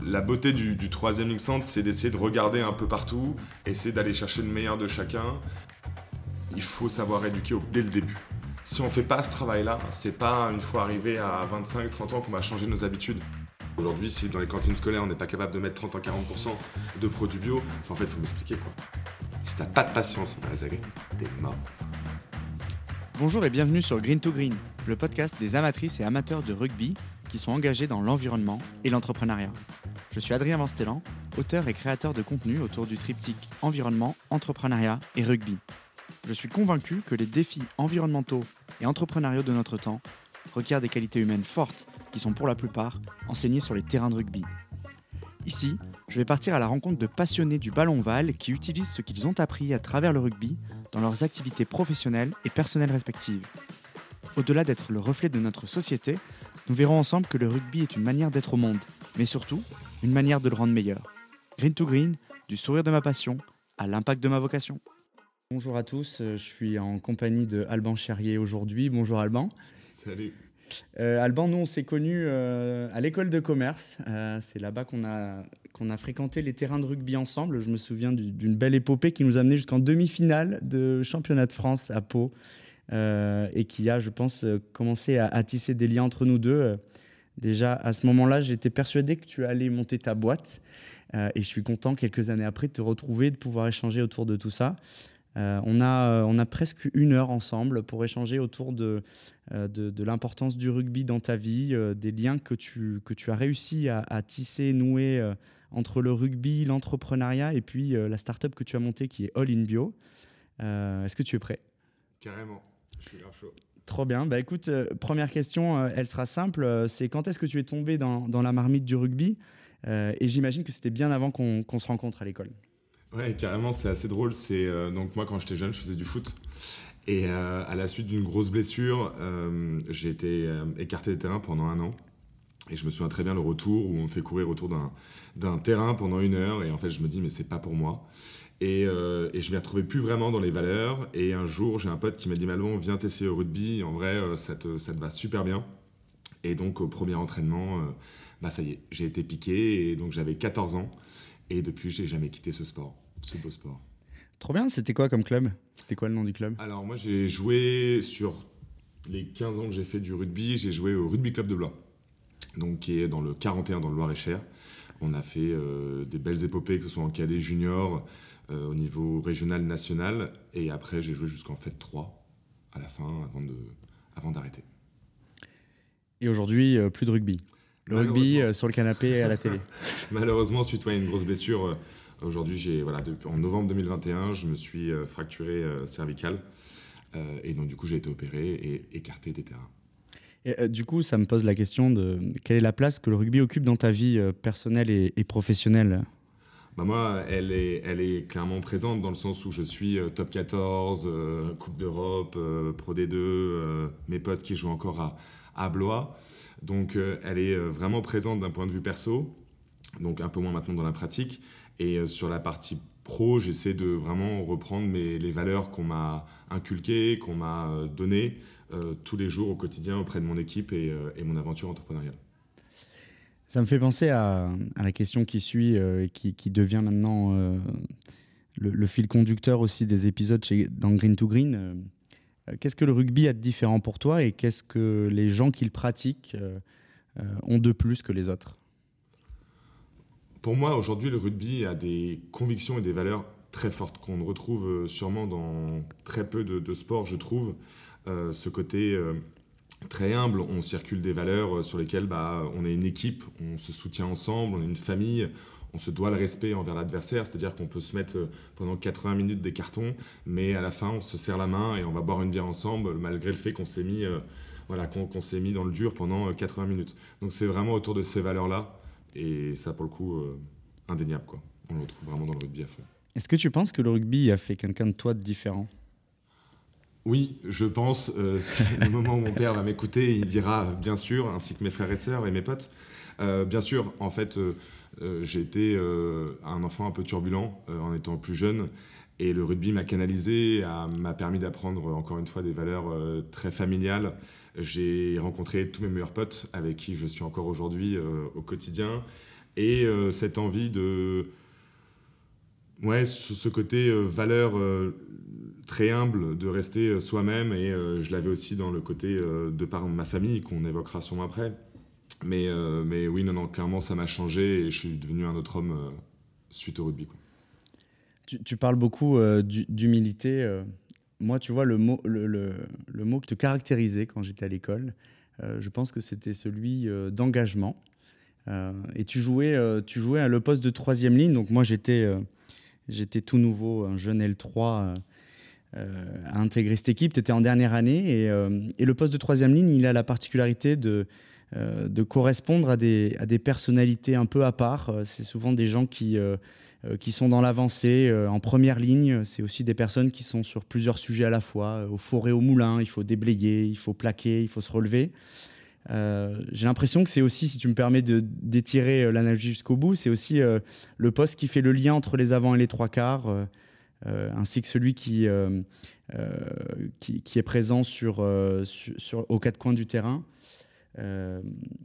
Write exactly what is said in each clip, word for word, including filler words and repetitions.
La beauté du, du troisième Link Centre, c'est d'essayer de regarder un peu partout, essayer d'aller chercher le meilleur de chacun. Il faut savoir éduquer au- dès le début. Si on ne fait pas ce travail-là, c'est pas une fois arrivé à vingt-cinq trente ans qu'on va changer nos habitudes. Aujourd'hui, si dans les cantines scolaires, on n'est pas capable de mettre trente à quarante pour cent de produits bio, en fait, il faut m'expliquer quoi. Si t'as pas de patience dans les agris, t'es mort. Bonjour et bienvenue sur Green to Green, le podcast des amatrices et amateurs de rugby qui sont engagés dans l'environnement et l'entrepreneuriat. Je suis Adrien Vanstellan, auteur et créateur de contenu autour du triptyque environnement, entrepreneuriat et rugby. Je suis convaincu que les défis environnementaux et entrepreneuriaux de notre temps requièrent des qualités humaines fortes qui sont pour la plupart enseignées sur les terrains de rugby. Ici, je vais partir à la rencontre de passionnés du ballon ovale qui utilisent ce qu'ils ont appris à travers le rugby dans leurs activités professionnelles et personnelles respectives. Au-delà d'être le reflet de notre société, nous verrons ensemble que le rugby est une manière d'être au monde, mais surtout, une manière de le rendre meilleur. Green to Green, du sourire de ma passion à l'impact de ma vocation. Bonjour à tous, je suis en compagnie de Alban Cherrier aujourd'hui. Bonjour Alban. Salut. Euh, Alban, nous on s'est connus euh, à l'école de commerce. Euh, c'est là-bas qu'on a, qu'on a fréquenté les terrains de rugby ensemble. Je me souviens du, d'une belle épopée qui nous a amené jusqu'en demi-finale de championnat de France à Pau euh, et qui a, je pense, commencé à, à tisser des liens entre nous deux. Euh, déjà, à ce moment-là, j'étais persuadé que tu allais monter ta boîte euh, et je suis content, quelques années après, de te retrouver, de pouvoir échanger autour de tout ça. Euh, on, a, on a presque une heure ensemble pour échanger autour de, euh, de, de l'importance du rugby dans ta vie, euh, des liens que tu, que tu as réussi à, à tisser, nouer euh, entre le rugby, l'entrepreneuriat et puis euh, la start-up que tu as montée qui est All in Bio. Euh, est-ce que tu es prêt ? Carrément, je suis grave chaud. Trop bien. Bah, écoute, euh, première question, euh, elle sera simple. Euh, c'est quand est-ce que tu es tombé dans, dans la marmite du rugby ? Euh, Et j'imagine que c'était bien avant qu'on, qu'on se rencontre à l'école. Ouais, carrément, c'est assez drôle. C'est, euh, donc moi, quand j'étais jeune, je faisais du foot. Et euh, à la suite d'une grosse blessure, euh, j'ai été euh, écarté des terrains pendant un an. Et je me souviens très bien le retour où on me fait courir autour d'un, d'un terrain pendant une heure. Et en fait, je me dis, mais c'est pas pour moi. Et, euh, et je ne m'y retrouvais plus vraiment dans les valeurs. Et un jour, j'ai un pote qui m'a dit, Malon, viens t'essayer au rugby. En vrai, euh, ça, te, ça te va super bien. Et donc, au premier entraînement, euh, bah, ça y est, j'ai été piqué. Et donc, j'avais quatorze ans. Et depuis, je n'ai jamais quitté ce sport, ce beau sport. Trop bien. C'était quoi comme club ? C'était quoi le nom du club ? Alors, moi, j'ai joué sur les quinze ans que j'ai fait du rugby. J'ai joué au Rugby Club de Blois, donc, qui est dans le quarante et un, dans le Loir-et-Cher. On a fait euh, des belles épopées, que ce soit en cadet junior, euh, au niveau régional, national. Et après, j'ai joué jusqu'en F E T trois, à la fin, avant, de, avant d'arrêter. Et aujourd'hui, euh, plus de rugby. Le rugby euh, sur le canapé et à la télé. Malheureusement, suite à une grosse blessure, euh, aujourd'hui, j'ai, voilà, depuis, en novembre deux mille vingt et un, je me suis euh, fracturé euh, cervical. Euh, et donc, du coup, j'ai été opéré et écarté des terrains. Et, euh, du coup, ça me pose la question de quelle est la place que le rugby occupe dans ta vie euh, personnelle et, et professionnelle ? Bah moi, elle est, elle est clairement présente dans le sens où je suis euh, top quatorze, euh, Coupe d'Europe, euh, Pro D deux, euh, mes potes qui jouent encore à, à Blois. Donc, euh, elle est euh, vraiment présente d'un point de vue perso, donc un peu moins maintenant dans la pratique. Et euh, sur la partie pro, j'essaie de vraiment reprendre mes, les valeurs qu'on m'a inculquées, qu'on m'a euh, données euh, tous les jours au quotidien auprès de mon équipe et, euh, et mon aventure entrepreneuriale. Ça me fait penser à, à la question qui suit euh, et qui, qui devient maintenant euh, le, le fil conducteur aussi des épisodes chez, dans Green to Green. Euh, qu'est-ce que le rugby a de différent pour toi et qu'est-ce que les gens qui le pratiquent euh, euh, ont de plus que les autres ? Pour moi, aujourd'hui, le rugby a des convictions et des valeurs très fortes qu'on ne retrouve sûrement dans très peu de, de sports, je trouve. Euh, ce côté euh, très humble, on circule des valeurs sur lesquelles bah, on est une équipe, on se soutient ensemble, on est une famille, on se doit le respect envers l'adversaire, c'est-à-dire qu'on peut se mettre pendant quatre-vingts minutes des cartons, mais à la fin, on se serre la main et on va boire une bière ensemble, malgré le fait qu'on s'est mis, euh, voilà, qu'on, qu'on s'est mis dans le dur pendant quatre-vingts minutes. Donc c'est vraiment autour de ces valeurs-là. Et ça, pour le coup, euh, indéniable, quoi. On le retrouve vraiment dans le rugby à fond. Est-ce que tu penses que le rugby a fait quelqu'un de toi de différent ? Oui, je pense. Euh, c'est le moment où mon père va m'écouter, il dira euh, bien sûr, ainsi que mes frères et sœurs et mes potes. Euh, bien sûr, en fait, euh, euh, j'ai été euh, un enfant un peu turbulent euh, en étant plus jeune. Et le rugby m'a canalisé, a, m'a permis d'apprendre encore une fois des valeurs euh, très familiales. J'ai rencontré tous mes meilleurs potes avec qui je suis encore aujourd'hui euh, au quotidien. Et euh, cette envie de... Ouais, ce, ce côté euh, valeur euh, très humble de rester euh, soi-même. Et euh, je l'avais aussi dans le côté euh, de par ma famille, qu'on évoquera sûrement après. Mais, euh, mais oui, non, non, clairement, ça m'a changé et je suis devenu un autre homme euh, suite au rugby, quoi. Tu, tu parles beaucoup euh, d'hu- d'humilité. euh. Moi, tu vois, le mot, le, le- le mot qui te caractérisait quand j'étais à l'école, euh, je pense que c'était celui euh, d'engagement. Euh, et tu jouais, euh, tu jouais à le poste de troisième ligne. Donc moi, j'étais, euh, j'étais tout nouveau, un jeune L trois euh, euh, à intégrer cette équipe. Tu étais en dernière année. Et, euh, et le poste de troisième ligne, il a la particularité de, euh, de correspondre à des, à des personnalités un peu à part. Euh, C'est souvent des gens qui, euh, euh, qui sont dans l'avancée, euh, en première ligne. C'est aussi des personnes qui sont sur plusieurs sujets à la fois. Au four et au moulin, il faut déblayer, il faut plaquer, il faut se relever. Euh, j'ai l'impression que c'est aussi, si tu me permets de d'étirer euh, l'analogie jusqu'au bout, c'est aussi euh, le poste qui fait le lien entre les avants et les trois quarts, euh, euh, ainsi que celui qui, euh, euh, qui, qui est présent sur, euh, sur, sur- aux quatre coins du terrain. Euh,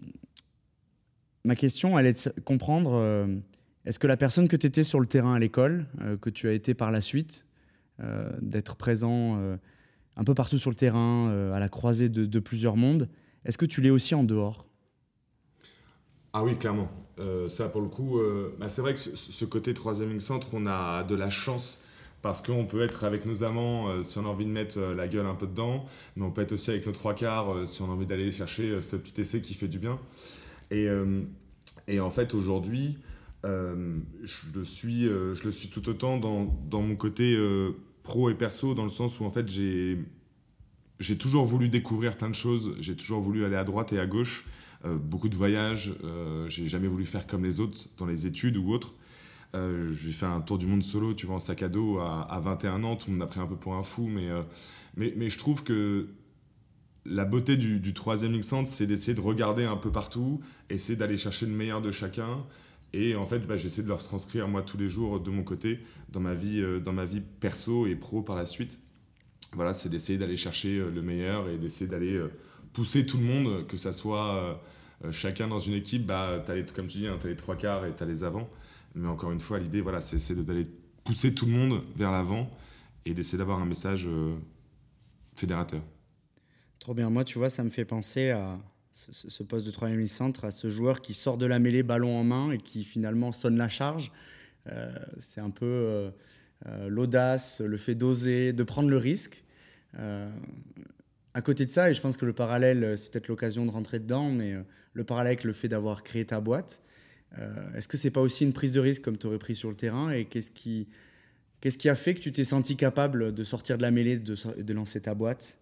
Ma question, elle est de sa- comprendre, euh, est-ce que la personne que tu étais sur le terrain à l'école, euh, que tu as été par la suite, euh, d'être présent euh, un peu partout sur le terrain, euh, à la croisée de, de plusieurs mondes, est-ce que tu l'es aussi en dehors? Ah oui, clairement. Euh, ça, pour le coup, euh, bah, c'est vrai que ce, ce côté troisième ligne centre, on a de la chance parce qu'on peut être avec nos amants euh, si on a envie de mettre euh, la gueule un peu dedans, mais on peut être aussi avec nos trois quarts euh, si on a envie d'aller chercher euh, ce petit essai qui fait du bien. Et, euh, et en fait, aujourd'hui, euh, je, le suis, euh, je le suis tout autant dans, dans mon côté euh, pro et perso, dans le sens où en fait, j'ai j'ai toujours voulu découvrir plein de choses, j'ai toujours voulu aller à droite et à gauche, euh, beaucoup de voyages, euh, j'ai jamais voulu faire comme les autres dans les études ou autres. Euh, j'ai fait un tour du monde solo, tu vois, en sac à dos à, à vingt et un ans, tout le monde m'a pris un peu pour un fou, mais, euh, mais, mais je trouve que la beauté du, du troisième ligne centre, c'est d'essayer de regarder un peu partout, essayer d'aller chercher le meilleur de chacun. Et en fait, bah, j'essaie de leur transcrire moi tous les jours de mon côté, dans ma vie, euh, dans ma vie perso et pro par la suite. Voilà, c'est d'essayer d'aller chercher euh, le meilleur et d'essayer d'aller euh, pousser tout le monde, que ça soit euh, euh, chacun dans une équipe, bah, t'as les, comme tu dis, hein, tu as les trois quarts et tu as les avants. Mais encore une fois, l'idée, voilà, c'est c'est de- d'aller pousser tout le monde vers l'avant et d'essayer d'avoir un message euh, fédérateur. Trop bien. Moi, tu vois, ça me fait penser à ce, ce- ce poste de troisième ligne centre, à ce joueur qui sort de la mêlée ballon en main et qui finalement sonne la charge. Euh, c'est un peu euh, euh, l'audace, le fait d'oser, de prendre le risque. Euh, à côté de ça, et je pense que le parallèle, euh, c'est peut-être l'occasion de rentrer dedans, mais euh, le parallèle avec le fait d'avoir créé ta boîte, euh, est-ce que c'est pas aussi une prise de risque comme tu aurais pris sur le terrain? Et qu'est-ce qui, qu'est-ce qui a fait que tu t'es senti capable de sortir de la mêlée, de, so- de lancer ta boîte?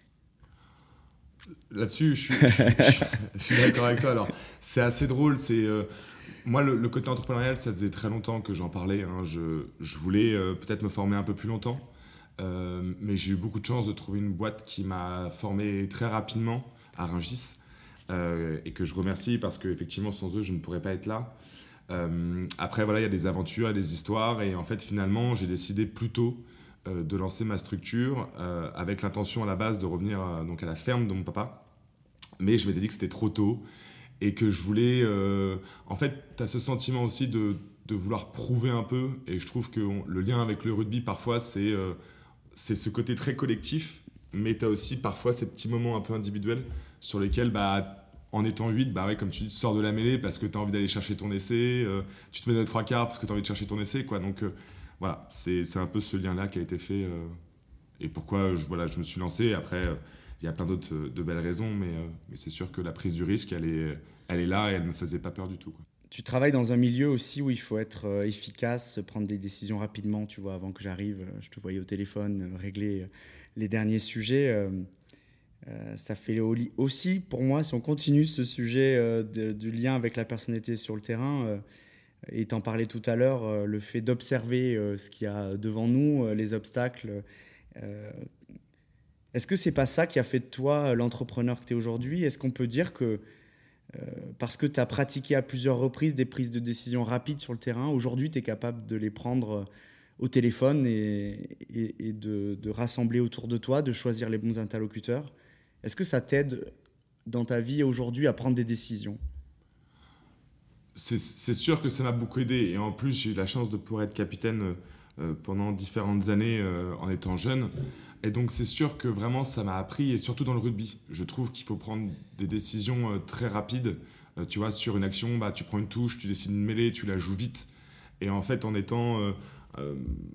Là-dessus, je suis, je suis- je suis- je suis d'accord avec toi. Alors, c'est assez drôle. C'est euh, moi le, le côté entrepreneurial, ça faisait très longtemps que j'en parlais, hein. Je, je voulais euh, peut-être me former un peu plus longtemps, Euh, mais j'ai eu beaucoup de chance de trouver une boîte qui m'a formé très rapidement à Rungis euh, et que je remercie parce qu'effectivement, sans eux, je ne pourrais pas être là. Euh, après, voilà, il y a des aventures, il y a des histoires, et en fait, finalement, j'ai décidé plutôt euh, de lancer ma structure euh, avec l'intention à la base de revenir euh, donc à la ferme de mon papa. Mais je m'étais dit que c'était trop tôt et que je voulais. Euh, en fait, tu as ce sentiment aussi de, de vouloir prouver un peu, et je trouve que on- le lien avec le rugby, parfois, c'est euh, c'est ce côté très collectif, mais tu as aussi parfois ces petits moments un peu individuels sur lesquels, bah, en étant huit, bah ouais, comme tu dis, tu sors de la mêlée parce que tu as envie d'aller chercher ton essai, euh, tu te mets dans les trois quarts parce que tu as envie de chercher ton essai, quoi. Donc euh, voilà, c'est c'est un peu ce lien-là qui a été fait euh, et pourquoi je, voilà, je me suis lancé. Après, euh, il y a plein d'autres euh, de belles raisons, mais, euh, mais c'est sûr que la prise du risque, elle est, elle est là et elle me faisait pas peur du tout, quoi. Tu travailles dans un milieu aussi où il faut être euh, efficace, prendre des décisions rapidement. Tu vois, avant que j'arrive, euh, je te voyais au téléphone euh, régler euh, les derniers sujets. Euh, euh, ça fait au- aussi, pour moi, si on continue ce sujet euh, de- du lien avec la personnalité sur le terrain, euh, et t'en parlais tout à l'heure, euh, le fait d'observer euh, ce qu'il y a devant nous, euh, les obstacles. euh, Est-ce que c'est pas ça qui a fait de toi euh, l'entrepreneur que tu es aujourd'hui? Est-ce qu'on peut dire que parce que tu as pratiqué à plusieurs reprises des prises de décision rapides sur le terrain, aujourd'hui, tu es capable de les prendre euh, au téléphone et, et- et de, de rassembler autour de toi, de choisir les bons interlocuteurs? Est-ce que ça t'aide dans ta vie aujourd'hui à prendre des décisions? c'est, c'est sûr que ça m'a beaucoup aidé. Et en plus, j'ai eu la chance de pouvoir être capitaine euh, pendant différentes années euh, en étant jeune. Et donc, c'est sûr que vraiment, ça m'a appris, et surtout dans le rugby. Je trouve qu'il faut prendre des décisions euh, très rapides. Euh, tu vois, sur une action, bah, tu prends une touche, tu décides une mêlée, tu la joues vite. Et en fait, en étant euh, euh,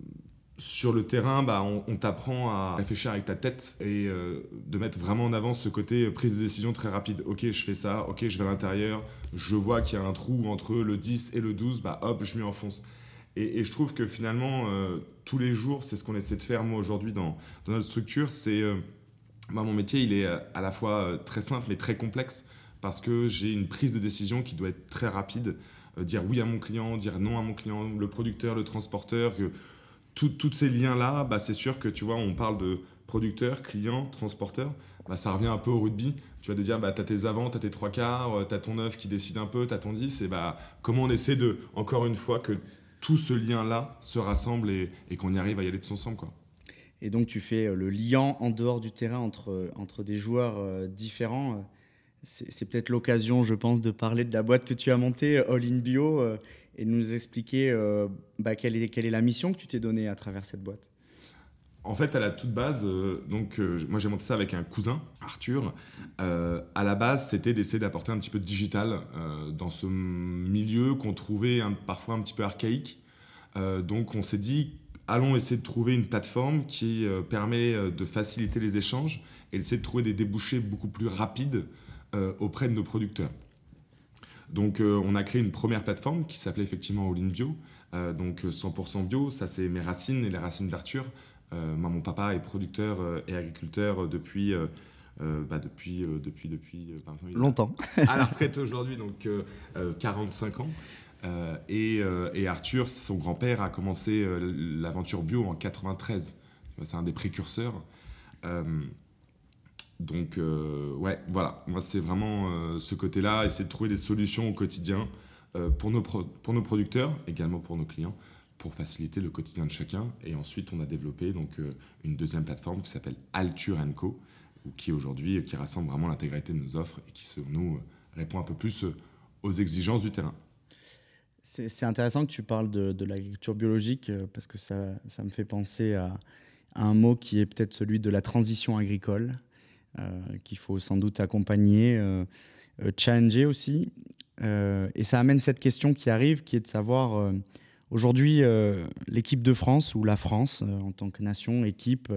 sur le terrain, bah, on, on t'apprend à réfléchir avec ta tête et euh, de mettre vraiment en avant ce côté prise de décision très rapide. Ok, je fais ça, ok, je vais à l'intérieur, je vois qu'il y a un trou entre le dix et le douze, bah hop, je m'y enfonce. Et, et je trouve que finalement, euh, tous les jours, c'est ce qu'on essaie de faire, moi, aujourd'hui, dans, dans notre structure. C'est, euh, bah, mon métier, il est à la fois euh, très simple, mais très complexe, parce que j'ai une prise de décision qui doit être très rapide. Euh, dire oui à mon client, dire non à mon client, le producteur, le transporteur, que tous ces liens-là, bah, c'est sûr que tu vois, on parle de producteur, client, transporteur, bah, ça revient un peu au rugby. Tu vas te dire, bah, tu as tes avants, tu as tes trois quarts, tu as ton neuf qui décide un peu, tu as ton dix, et bah, comment on essaie de, encore une fois, que tout ce lien-là se rassemble et, et qu'on y arrive à y aller tous ensemble, quoi. Et donc tu fais le lien en dehors du terrain entre, entre des joueurs euh, différents. C'est, c'est peut-être l'occasion, je pense, de parler de la boîte que tu as montée, All In Bio, euh, et de nous expliquer euh, bah, quelle est, quelle est la mission que tu t'es donnée à travers cette boîte. En fait, à la toute base, euh, donc, euh, moi j'ai monté ça avec un cousin, Arthur. Euh, à la base, c'était d'essayer d'apporter un petit peu de digital euh, dans ce milieu qu'on trouvait un, parfois un petit peu archaïque. Euh, donc on s'est dit, allons essayer de trouver une plateforme qui euh, permet euh, de faciliter les échanges et d'essayer de trouver des débouchés beaucoup plus rapides euh, auprès de nos producteurs. Donc euh, on a créé une première plateforme qui s'appelait effectivement All In Bio. Euh, donc cent pour cent bio, ça c'est mes racines et les racines d'Arthur. Euh, moi, mon papa est producteur euh, et agriculteur depuis, euh, euh, bah, depuis, euh, depuis, depuis euh, bah, longtemps. À la retraite aujourd'hui, donc euh, euh, quarante-cinq ans. Euh, et, euh, et Arthur, son grand-père, a commencé euh, l'aventure bio en quatre-vingt-treize. C'est un des précurseurs. Euh, donc, euh, ouais, voilà. Moi, c'est vraiment euh, ce côté-là, essayer de trouver des solutions au quotidien euh, pour, nos pro- pour nos producteurs, également pour nos clients, pour faciliter le quotidien de chacun. Et ensuite, on a développé donc, euh, une deuxième plateforme qui s'appelle Alture and Co, qui aujourd'hui qui rassemble vraiment l'intégralité de nos offres et qui, selon nous, répond un peu plus aux exigences du terrain. C'est, c'est intéressant que tu parles de, de l'agriculture biologique euh, parce que ça, ça me fait penser à, à un mot qui est peut-être celui de la transition agricole, euh, qu'il faut sans doute accompagner, euh, euh, challenger aussi. Euh, et ça amène cette question qui arrive, qui est de savoir... Euh, Aujourd'hui, euh, l'équipe de France, ou la France euh, en tant que nation, équipe,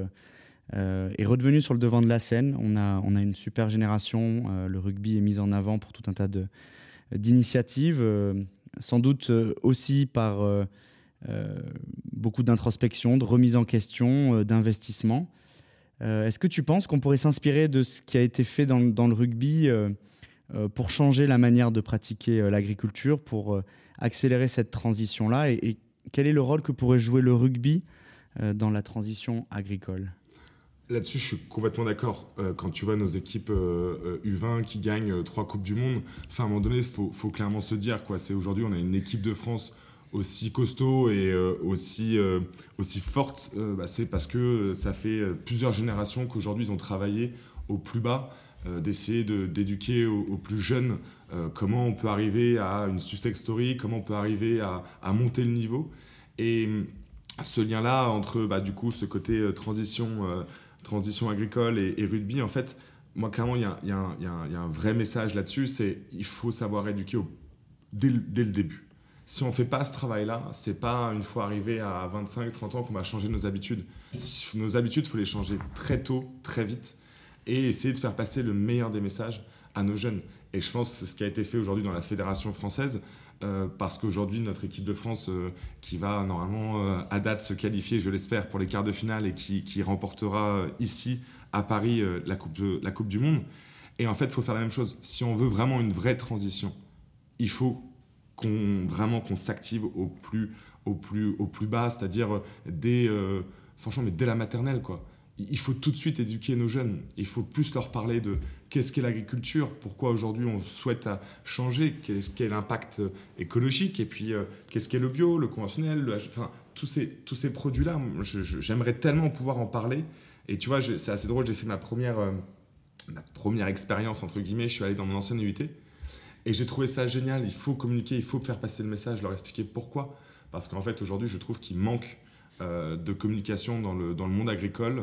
euh, est redevenue sur le devant de la scène. On a, on a une super génération, euh, le rugby est mis en avant pour tout un tas de, d'initiatives, euh, sans doute euh, aussi par euh, euh, beaucoup d'introspection, de remise en question, euh, d'investissement. Euh, est-ce que tu penses qu'on pourrait s'inspirer de ce qui a été fait dans, dans le rugby euh, euh, pour changer la manière de pratiquer euh, l'agriculture, pour euh, accélérer cette transition-là, et, et quel est le rôle que pourrait jouer le rugby euh, dans la transition agricole ? Là-dessus, je suis complètement d'accord. Euh, quand tu vois nos équipes euh, U vingt qui gagnent euh, trois Coupes du Monde, enfin, à un moment donné, il faut, faut clairement se dire, quoi. C'est aujourd'hui, on a une équipe de France aussi costaud et euh, aussi, euh, aussi forte. Euh, bah, c'est parce que ça fait plusieurs générations qu'aujourd'hui, ils ont travaillé au plus bas, euh, d'essayer de, d'éduquer aux, aux plus jeunes euh, comment on peut arriver à une success story, comment on peut arriver à, à monter le niveau. Et ce lien-là entre, bah, du coup, ce côté euh, transition... Euh, transition agricole et, et rugby, en fait, moi, clairement, il y, y, y, y a un vrai message là-dessus, c'est qu'il faut savoir éduquer au, dès, le, dès le début. Si on ne fait pas ce travail-là, ce n'est pas une fois arrivé à vingt-cinq trente ans qu'on va changer nos habitudes. Nos habitudes, il faut les changer très tôt, très vite, et essayer de faire passer le meilleur des messages à nos jeunes. Et je pense que c'est ce qui a été fait aujourd'hui dans la Fédération française, Euh, parce qu'aujourd'hui, notre équipe de France, euh, qui va normalement euh, à date se qualifier, je l'espère, pour les quarts de finale et qui, qui remportera euh, ici, à Paris, euh, la, coupe de, la Coupe du Monde. Et en fait, il faut faire la même chose. Si on veut vraiment une vraie transition, il faut qu'on, vraiment qu'on s'active au plus, au plus, au plus bas, c'est-à-dire dès, euh, franchement, mais dès la maternelle, quoi. Il faut tout de suite éduquer nos jeunes. Il faut plus leur parler de qu'est-ce qu'est l'agriculture, pourquoi aujourd'hui on souhaite changer, qu'est-ce qu'est l'impact écologique, et puis euh, qu'est-ce qu'est le bio, le conventionnel, le, enfin, tous ces, tous ces produits-là, je, je, j'aimerais tellement pouvoir en parler. Et tu vois, je, c'est assez drôle, j'ai fait ma première, euh, ma première expérience, entre guillemets, je suis allé dans mon ancienne U T, Et j'ai trouvé ça génial. Il faut communiquer, il faut faire passer le message, leur expliquer pourquoi. Parce qu'en fait, aujourd'hui, je trouve qu'il manque euh, de communication dans le, dans le monde agricole.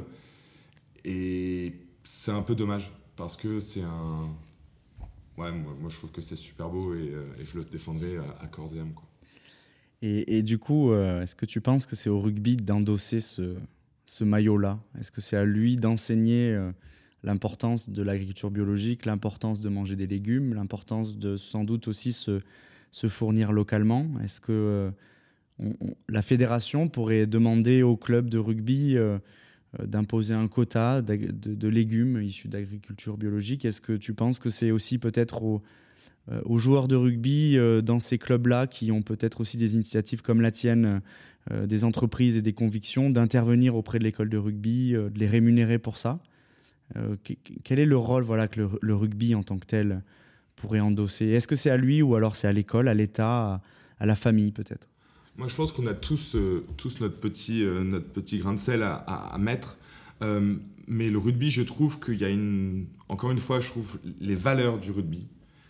Et c'est un peu dommage. Parce que c'est un... Ouais, moi, moi je trouve que c'est super beau et, euh, et je le défendrai à, à corps et âme, quoi. Et, et du coup, euh, est-ce que tu penses que c'est au rugby d'endosser ce, ce maillot-là? Est-ce que c'est à lui d'enseigner euh, l'importance de l'agriculture biologique, l'importance de manger des légumes, l'importance de sans doute aussi se, se fournir localement? Est-ce que euh, on, on, la fédération pourrait demander aux clubs de rugby euh, euh, d'imposer un quota de, de, de légumes issus d'agriculture biologique? Est-ce que tu penses que c'est aussi peut-être au Euh, aux joueurs de rugby euh, dans ces clubs-là qui ont peut-être aussi des initiatives comme la tienne, euh, des entreprises et des convictions, d'intervenir auprès de l'école de rugby, euh, de les rémunérer pour ça? Euh, qu- quel est le rôle voilà, que le, le rugby en tant que tel pourrait endosser? Est-ce que c'est à lui ou alors c'est à l'école, à l'État, à, à la famille peut-être? Moi, je pense qu'on a tous, euh, tous notre, petit, euh, notre petit grain de sel à, à, à mettre. Euh, mais le rugby, je trouve qu'il y a une... Encore une fois, je trouve les valeurs du rugby,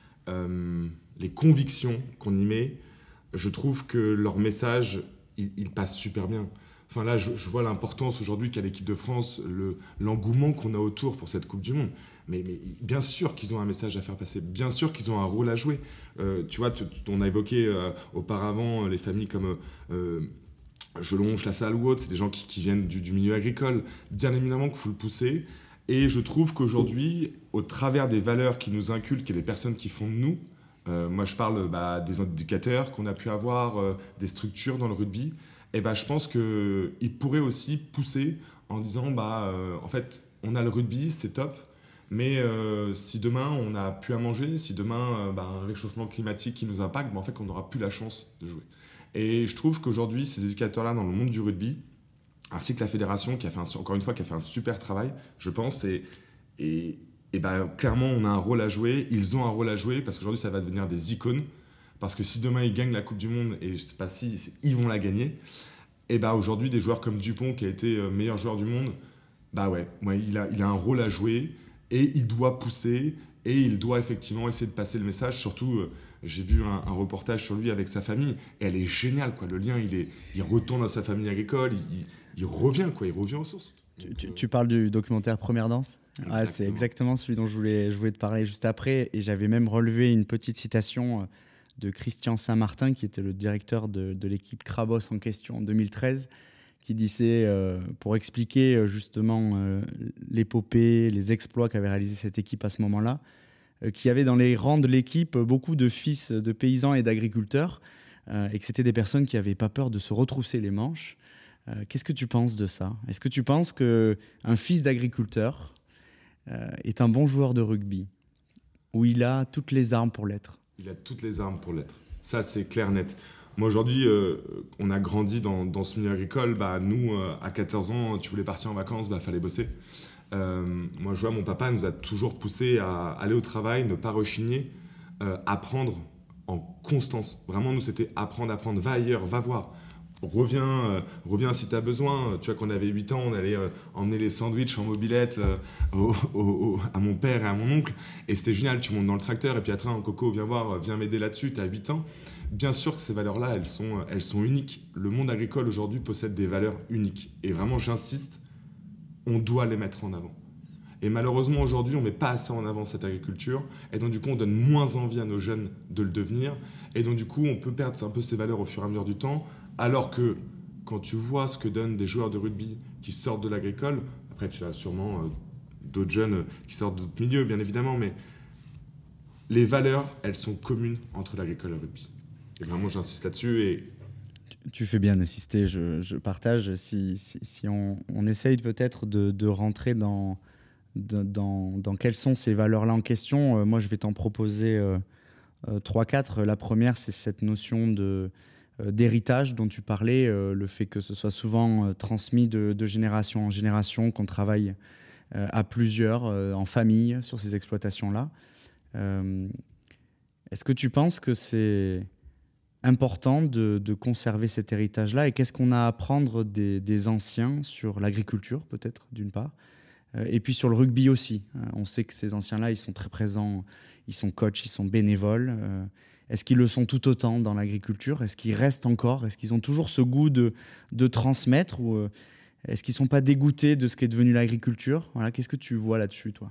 euh, les convictions qu'on y met, je trouve que leur message, il, il passe super bien. Enfin là, je, je vois l'importance aujourd'hui qu'a l'équipe de France, le, l'engouement qu'on a autour pour cette Coupe du Monde. Mais, mais bien sûr qu'ils ont un message à faire passer, bien sûr qu'ils ont un rôle à jouer. Euh, tu vois, tu, tu, on a évoqué euh, auparavant les familles comme euh, Jelonche, La Salle ou autres, c'est des gens qui, qui viennent du, du milieu agricole. Bien évidemment qu'il faut le pousser. Et je trouve qu'aujourd'hui, au travers des valeurs qui nous inculquent et les personnes qui font de nous, euh, moi je parle bah, des éducateurs qu'on a pu avoir, euh, des structures dans le rugby, et bah, je pense qu'ils pourraient aussi pousser en disant bah, euh, en fait, on a le rugby, c'est top, mais euh, si demain on n'a plus à manger, si demain euh, bah, un réchauffement climatique qui nous impacte, bah, en fait, on n'aura plus la chance de jouer. Et je trouve qu'aujourd'hui, ces éducateurs-là dans le monde du rugby, ainsi que la fédération qui a fait un, encore une fois qui a fait un super travail, je pense, et, et, et bah, clairement on a un rôle à jouer, ils ont un rôle à jouer parce qu'aujourd'hui ça va devenir des icônes, parce que si demain ils gagnent la Coupe du Monde, et je sais pas si ils vont la gagner, et bah aujourd'hui des joueurs comme Dupont qui a été meilleur joueur du monde, bah ouais, ouais il, a, il a un rôle à jouer et il doit pousser et il doit effectivement essayer de passer le message, surtout... Euh, j'ai vu un, un reportage sur lui avec sa famille, et elle est géniale, quoi. Le lien, il, est, il retourne à sa famille agricole, il, il, il revient, quoi. Il revient aux sources. Donc, tu, euh... tu parles du documentaire Première Danse? Ah, c'est exactement celui dont je voulais, je voulais te parler juste après, et j'avais même relevé une petite citation de Christian Saint-Martin, qui était le directeur de, de l'équipe Crabos en question en deux mille treize, qui disait, euh, pour expliquer justement euh, l'épopée, les exploits qu'avait réalisé cette équipe à ce moment-là, qu'il y avait dans les rangs de l'équipe beaucoup de fils de paysans et d'agriculteurs, euh, et que c'était des personnes qui n'avaient pas peur de se retrousser les manches. Euh, qu'est-ce que tu penses de ça? Est-ce que tu penses qu'un fils d'agriculteur euh, est un bon joueur de rugby, où il a toutes les armes pour l'être? Il a toutes les armes pour l'être. Ça, c'est clair, net. Moi, aujourd'hui, euh, on a grandi dans, dans ce milieu agricole. Bah, nous, euh, à quatorze ans, tu voulais partir en vacances, bah, fallait bosser. Euh, moi, je vois, mon papa nous a toujours poussé à aller au travail, ne pas rechigner, euh, apprendre en constance. Vraiment, nous, c'était apprendre, apprendre. Va ailleurs, va voir. Reviens, euh, reviens si tu as besoin. Tu vois, quand on avait huit ans, on allait euh, emmener les sandwichs en mobilette euh, au, au, au, à mon père et à mon oncle. Et c'était génial. Tu montes dans le tracteur et puis après, Coco, viens voir, viens m'aider là-dessus. Tu as huit ans. Bien sûr que ces valeurs-là, elles sont, elles sont uniques. Le monde agricole, aujourd'hui, possède des valeurs uniques. Et vraiment, j'insiste, on doit les mettre en avant. Et malheureusement, aujourd'hui, on ne met pas assez en avant cette agriculture. Et donc, du coup, on donne moins envie à nos jeunes de le devenir. Et donc, du coup, on peut perdre un peu ces valeurs au fur et à mesure du temps. Alors que, quand tu vois ce que donnent des joueurs de rugby qui sortent de l'agricole, après, tu as sûrement euh, d'autres jeunes qui sortent d'autres milieux, bien évidemment, mais les valeurs, elles sont communes entre l'agricole et le rugby. Et vraiment, j'insiste là-dessus. Et tu fais bien d'insister, je, je partage. Si, si, si on, on essaye peut-être de, de rentrer dans, de, dans, dans quelles sont ces valeurs-là en question, euh, moi je vais t'en proposer euh, euh, trois quatre. La première, c'est cette notion de, euh, d'héritage dont tu parlais, euh, le fait que ce soit souvent euh, transmis de, de génération en génération, qu'on travaille euh, à plusieurs, euh, en famille, sur ces exploitations-là. Euh, est-ce que tu penses que c'est important de, de conserver cet héritage-là, et qu'est-ce qu'on a à apprendre des, des anciens sur l'agriculture, peut-être, d'une part, Euh, et puis sur le rugby aussi. Euh, on sait que ces anciens-là, ils sont très présents, ils sont coachs, ils sont bénévoles. Euh, est-ce qu'ils le sont tout autant dans l'agriculture? Est-ce qu'ils restent encore? Est-ce qu'ils ont toujours ce goût de, de transmettre ou euh, est-ce qu'ils ne sont pas dégoûtés de ce qu'est devenu l'agriculture? Voilà, qu'est-ce que tu vois là-dessus, toi?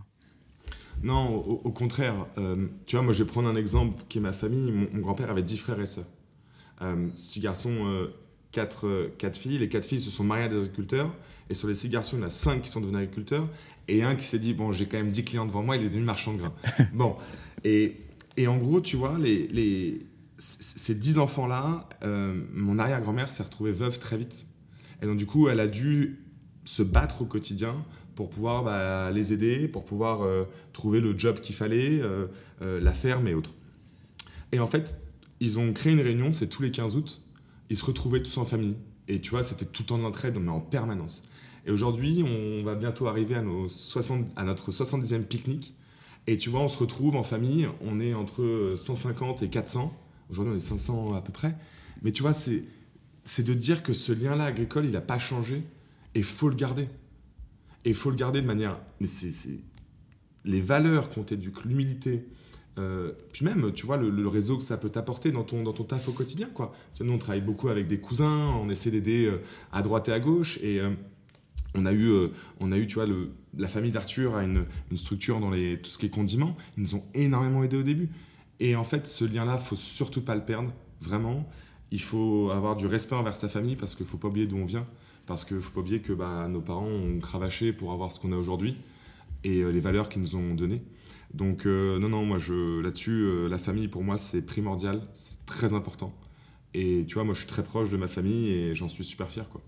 Non, au, au contraire. Euh, tu vois, moi, je vais prendre un exemple qui est ma famille. Mon, mon grand-père avait dix frères et sœurs. Euh, six garçons, euh, quatre, euh, quatre filles. Les quatre filles se sont mariées à des agriculteurs. Et sur les six garçons, il y en a cinq qui sont devenus agriculteurs. Et un qui s'est dit, bon, j'ai quand même dix clients devant moi, il est devenu marchand de grains. Bon, et, et en gros, tu vois, les, les, ces dix enfants-là, euh, mon arrière-grand-mère s'est retrouvée veuve très vite. Et donc, du coup, elle a dû se battre au quotidien pour pouvoir bah, les aider, pour pouvoir euh, trouver le job qu'il fallait, euh, euh, la ferme et autres. Et en fait, ils ont créé une réunion, c'est tous les quinze août, ils se retrouvaient tous en famille. Et tu vois, c'était tout en entraide, mais en permanence. Et aujourd'hui, on va bientôt arriver à, nos soixante, à notre soixante-dixième pique-nique. Et tu vois, on se retrouve en famille, on est entre cent cinquante et quatre cents. Aujourd'hui, on est cinq cents à peu près. Mais tu vois, c'est, c'est de dire que ce lien-là agricole, il n'a pas changé. Et il faut le garder. Et il faut le garder de manière... Mais c'est, c'est... Les valeurs qu'on t'éduque, l'humilité, euh, puis même, tu vois, le, le réseau que ça peut t'apporter dans ton, dans ton taf au quotidien, quoi. Nous, on travaille beaucoup avec des cousins, on essaie d'aider euh, à droite et à gauche, et euh, on a eu, euh, on a eu, tu vois, le, la famille d'Arthur a une, une structure dans les, tout ce qui est condiments. Ils nous ont énormément aidés au début. Et en fait, ce lien-là, il ne faut surtout pas le perdre, vraiment. Il faut avoir du respect envers sa famille, parce qu'il ne faut pas oublier d'où on vient. Parce qu'il ne faut pas oublier que bah, nos parents ont cravaché pour avoir ce qu'on a aujourd'hui et euh, les valeurs qu'ils nous ont données. Donc euh, non, non, moi je, là-dessus, euh, la famille pour moi c'est primordial, c'est très important. Et tu vois, moi je suis très proche de ma famille et j'en suis super fier, quoi.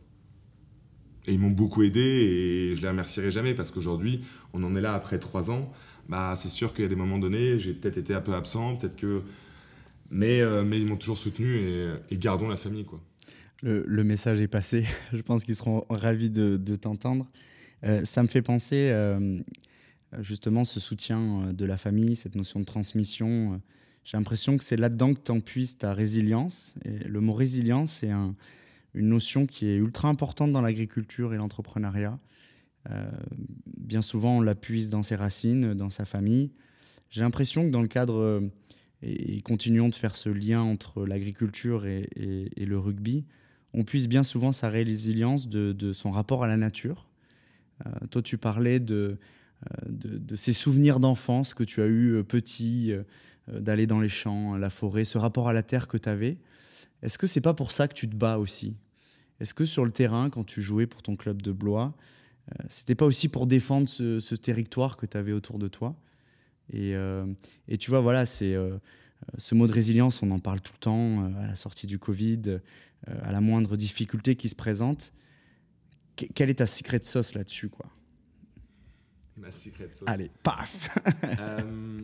Et ils m'ont beaucoup aidé et je les remercierai jamais parce qu'aujourd'hui, on en est là après trois ans. Bah, c'est sûr qu'il y a des moments donnés, j'ai peut-être été un peu absent, peut-être que... Mais, euh, mais ils m'ont toujours soutenu et, et gardons la famille, quoi. Le, le message est passé. Je pense qu'ils seront ravis de, de t'entendre. Euh, ça me fait penser euh, justement ce soutien de la famille, cette notion de transmission. J'ai l'impression que c'est là-dedans que tu en puisses ta résilience. Et le mot résilience, c'est un, une notion qui est ultra importante dans l'agriculture et l'entrepreneuriat. Euh, bien souvent, on la puise dans ses racines, dans sa famille. J'ai l'impression que dans le cadre, et, et continuons de faire ce lien entre l'agriculture et, et, et le rugby, on puise bien souvent sa résilience de, de son rapport à la nature. Euh, toi, tu parlais de, de, de ces souvenirs d'enfance que tu as eu petit, euh, d'aller dans les champs, la forêt, ce rapport à la terre que tu avais. Est-ce que c'est pas pour ça que tu te bats aussi? Est-ce que sur le terrain, quand tu jouais pour ton club de Blois, euh, c'était pas aussi pour défendre ce, ce territoire que tu avais autour de toi? Et, euh, et tu vois, voilà, c'est euh, ce mot de résilience, on en parle tout le temps euh, à la sortie du Covid, euh, à la moindre difficulté qui se présente. Qu- quelle est ta secret sauce là-dessus, quoi? Ma secret sauce. Allez, paf. euh,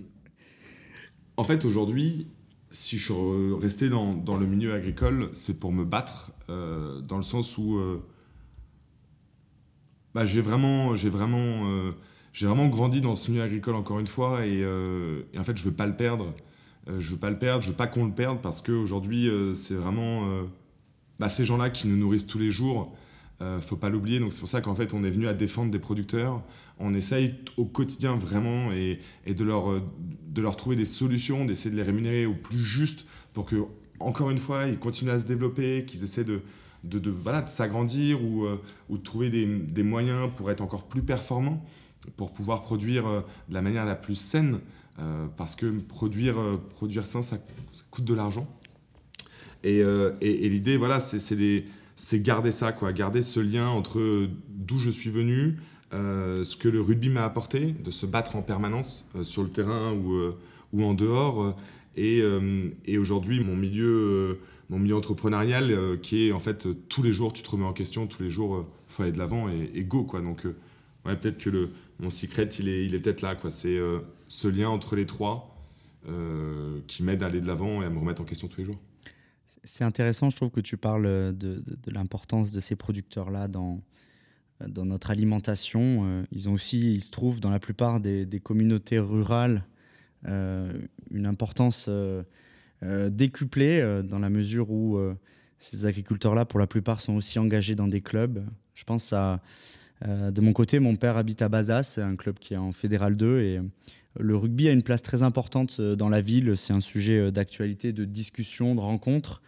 En fait, aujourd'hui, si je suis resté dans, dans le milieu agricole, c'est pour me battre, euh, dans le sens où euh, bah, j'ai vraiment, j'ai vraiment, euh, j'ai vraiment grandi dans ce milieu agricole encore une fois, et, euh, et en fait, je veux pas le perdre. Euh, je veux pas le perdre, je veux pas qu'on le perde parce qu'aujourd'hui, euh, c'est vraiment euh, bah, ces gens-là qui nous nourrissent tous les jours. Euh, faut pas l'oublier, donc c'est pour ça qu'en fait on est venu à défendre des producteurs. On essaye au quotidien vraiment et, et de, leur, de leur trouver des solutions, d'essayer de les rémunérer au plus juste pour que, encore une fois, ils continuent à se développer, qu'ils essaient de, de, de, voilà, de s'agrandir ou, euh, ou de trouver des, des moyens pour être encore plus performants, pour pouvoir produire euh, de la manière la plus saine, euh, parce que produire, euh, produire sain, ça, ça coûte de l'argent. Et, euh, et, et l'idée, voilà, c'est, c'est des... c'est garder ça, quoi, garder ce lien entre d'où je suis venu, euh, ce que le rugby m'a apporté, de se battre en permanence euh, sur le terrain ou, euh, ou en dehors. Euh, et, euh, et aujourd'hui, mon milieu, euh, mon milieu entrepreneurial euh, qui est en fait euh, tous les jours, tu te remets en question, tous les jours, il euh, faut aller de l'avant et, et go, quoi. Donc, euh, ouais, peut-être que le, mon secret, il est, il est peut-être là, quoi. C'est euh, ce lien entre les trois euh, qui m'aide à aller de l'avant et à me remettre en question tous les jours. C'est intéressant, je trouve, que tu parles de, de, de l'importance de ces producteurs-là dans, dans notre alimentation. Euh, ils ont aussi, il se trouve, dans la plupart des, des communautés rurales, euh, une importance euh, euh, décuplée euh, dans la mesure où euh, ces agriculteurs-là, pour la plupart, sont aussi engagés dans des clubs. Je pense à Euh, de mon côté, mon père habite à Bazas, un club qui est en Fédéral deux. Et le rugby a une place très importante dans la ville. C'est un sujet d'actualité, de discussion, de rencontre,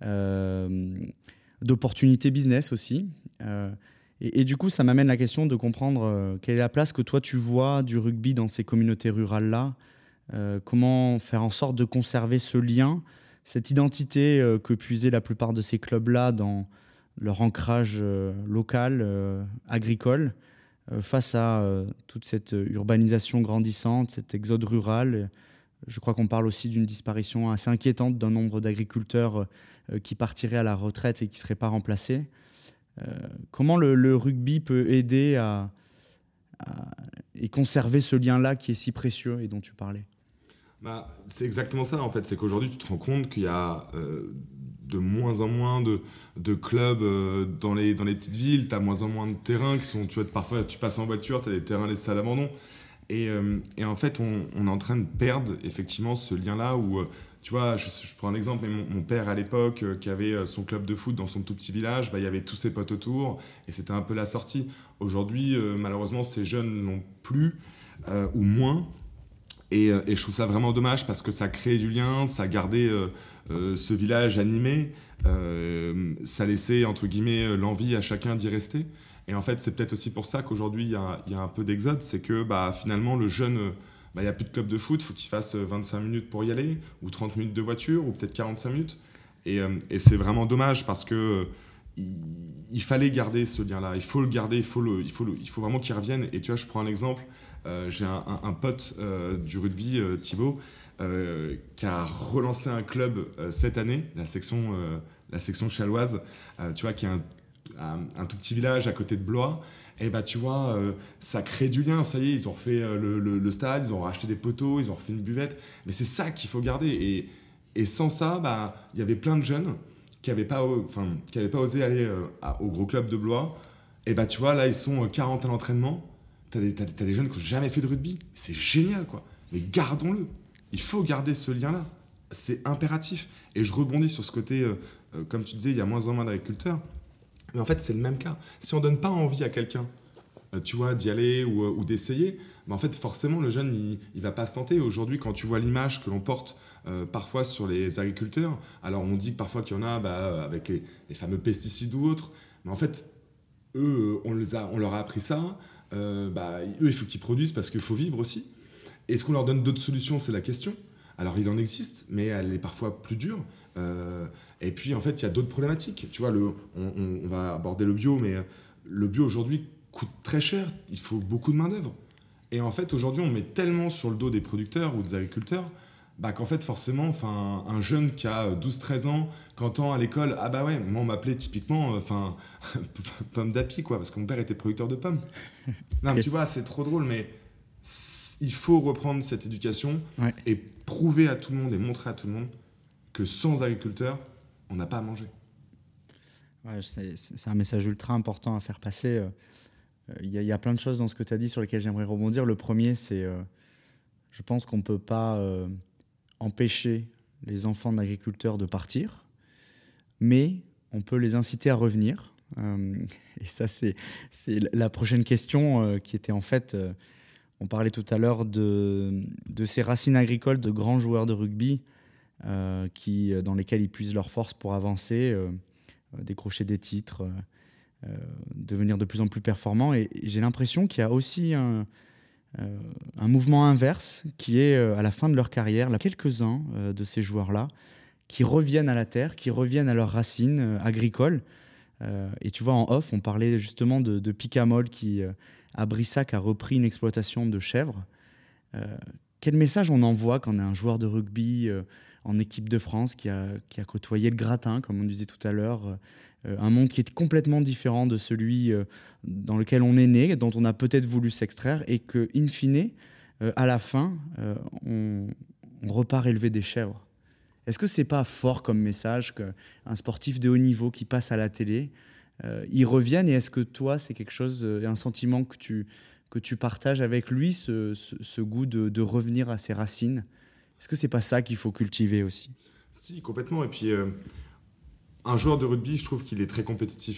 euh, d'opportunités business aussi. Euh, et, et du coup, ça m'amène la question de comprendre euh, quelle est la place que toi tu vois du rugby dans ces communautés rurales-là. Euh, comment faire en sorte de conserver ce lien, cette identité euh, que puisaient la plupart de ces clubs-là dans leur ancrage euh, local, euh, agricole, euh, face à euh, toute cette urbanisation grandissante, cet exode rural. Je crois qu'on parle aussi d'une disparition assez inquiétante d'un nombre d'agriculteurs euh, qui partiraient à la retraite et qui ne seraient pas remplacés. Euh, comment le, le rugby peut aider à, à, et conserver ce lien-là qui est si précieux et dont tu parlais? Bah, c'est exactement ça en fait, c'est qu'aujourd'hui tu te rends compte qu'il y a euh, de moins en moins de, de clubs euh, dans, les, dans les petites villes, tu as moins en moins de terrains qui sont, tu vois, parfois tu passes en voiture, tu as des terrains laissés à l'abandon. Et, euh, et en fait, on, on est en train de perdre effectivement ce lien-là où, euh, tu vois, je, je prends un exemple, mais mon, mon père à l'époque, euh, qui avait son club de foot dans son tout petit village, bah, il y avait tous ses potes autour et c'était un peu la sortie. Aujourd'hui, euh, malheureusement, ces jeunes n'ont plus euh, ou moins. Et, euh, et je trouve ça vraiment dommage parce que ça crée du lien, ça gardait euh, euh, ce village animé, euh, ça laissait entre guillemets l'envie à chacun d'y rester. Et en fait, c'est peut-être aussi pour ça qu'aujourd'hui, il y a, y a un peu d'exode. C'est que bah, finalement, le jeune, bah, il n'y a plus de club de foot, il faut qu'il fasse vingt-cinq minutes pour y aller, ou trente minutes de voiture, ou peut-être quarante-cinq minutes. Et, euh, et c'est vraiment dommage parce que euh, il, il fallait garder ce lien-là. Il faut le garder, il faut, le, il faut, le, il faut vraiment qu'il revienne. Et tu vois, je prends un exemple. Euh, j'ai un, un, un pote euh, du rugby, euh, Thibaut, euh, qui a relancé un club euh, cette année, la section, euh, la section chaloise, euh, tu vois, qui est un Un, un tout petit village à côté de Blois, et bah tu vois, euh, ça crée du lien. Ça y est, ils ont refait euh, le, le, le stade, ils ont racheté des poteaux, ils ont refait une buvette. Mais c'est ça qu'il faut garder. Et, et sans ça, bah il y avait plein de jeunes qui n'avaient pas, enfin, qui avaient pas osé aller euh, à, au gros club de Blois. Et bah tu vois, là ils sont quarante à l'entraînement. T'as des, t'as, t'as des jeunes qui n'ont jamais fait de rugby. C'est génial, quoi. Mais gardons-le. Il faut garder ce lien-là. C'est impératif. Et je rebondis sur ce côté, euh, euh, comme tu disais, il y a moins en moins d'agriculteurs. Mais en fait, c'est le même cas. Si on ne donne pas envie à quelqu'un, euh, tu vois, d'y aller ou, euh, ou d'essayer, bah en fait, forcément, le jeune, il ne va pas se tenter. Aujourd'hui, quand tu vois l'image que l'on porte euh, parfois sur les agriculteurs, alors on dit que parfois qu'il y en a bah, avec les, les fameux pesticides ou autres, mais en fait, eux, on, les a, on leur a appris ça. Euh, bah, eux, il faut qu'ils produisent parce qu'il faut vivre aussi. Est-ce qu'on leur donne d'autres solutions? C'est la question. Alors, il en existe, mais elle est parfois plus dure. Euh, et puis, en fait, il y a d'autres problématiques. Tu vois, le, on, on, on va aborder le bio, mais le bio, aujourd'hui, coûte très cher. Il faut beaucoup de main-d'œuvre. Et en fait, aujourd'hui, on met tellement sur le dos des producteurs ou des agriculteurs bah, qu'en fait, forcément, un jeune qui a douze treize ans, qui entend à l'école, ah bah ouais, moi, on m'appelait typiquement enfin, pomme d'api, quoi, parce que mon père était producteur de pommes. Non, mais tu vois, c'est trop drôle, mais il faut reprendre cette éducation ouais. et prouver à tout le monde et montrer à tout le monde que sans agriculteurs, on n'a pas à manger. Ouais, c'est, c'est un message ultra important à faire passer. Il y, y a plein de choses dans ce que tu as dit sur lesquelles j'aimerais rebondir. Le premier, c'est euh, je pense qu'on ne peut pas euh, empêcher les enfants d'agriculteurs de partir, mais on peut les inciter à revenir. Euh, et ça, c'est, c'est la prochaine question euh, qui était en fait... Euh, on parlait tout à l'heure de, de ces racines agricoles de grands joueurs de rugby euh, qui, dans lesquels ils puisent leur force pour avancer, euh, décrocher des titres, euh, devenir de plus en plus performants. Et, et j'ai l'impression qu'il y a aussi un, euh, un mouvement inverse qui est euh, à la fin de leur carrière, là, quelques-uns euh, de ces joueurs-là qui reviennent à la terre, qui reviennent à leurs racines euh, agricoles. Euh, et tu vois, en off, on parlait justement de, de Picamol qui... Euh, à Brissac a repris une exploitation de chèvres. Euh, quel message on envoie quand on est un joueur de rugby euh, en équipe de France qui a, qui a côtoyé le gratin, comme on disait tout à l'heure, euh, un monde qui est complètement différent de celui euh, dans lequel on est né, dont on a peut-être voulu s'extraire, et que, in fine, euh, à la fin, euh, on, on repart élever des chèvres. Est-ce que c'est pas fort comme message qu'un sportif de haut niveau qui passe à la télé Euh, ils reviennent, et est-ce que toi, c'est quelque chose, euh, un sentiment que tu, que tu partages avec lui, ce, ce, ce goût de, de revenir à ses racines? Est-ce que c'est pas ça qu'il faut cultiver aussi? Si, complètement. Et puis, euh, un joueur de rugby, je trouve qu'il est très compétitif.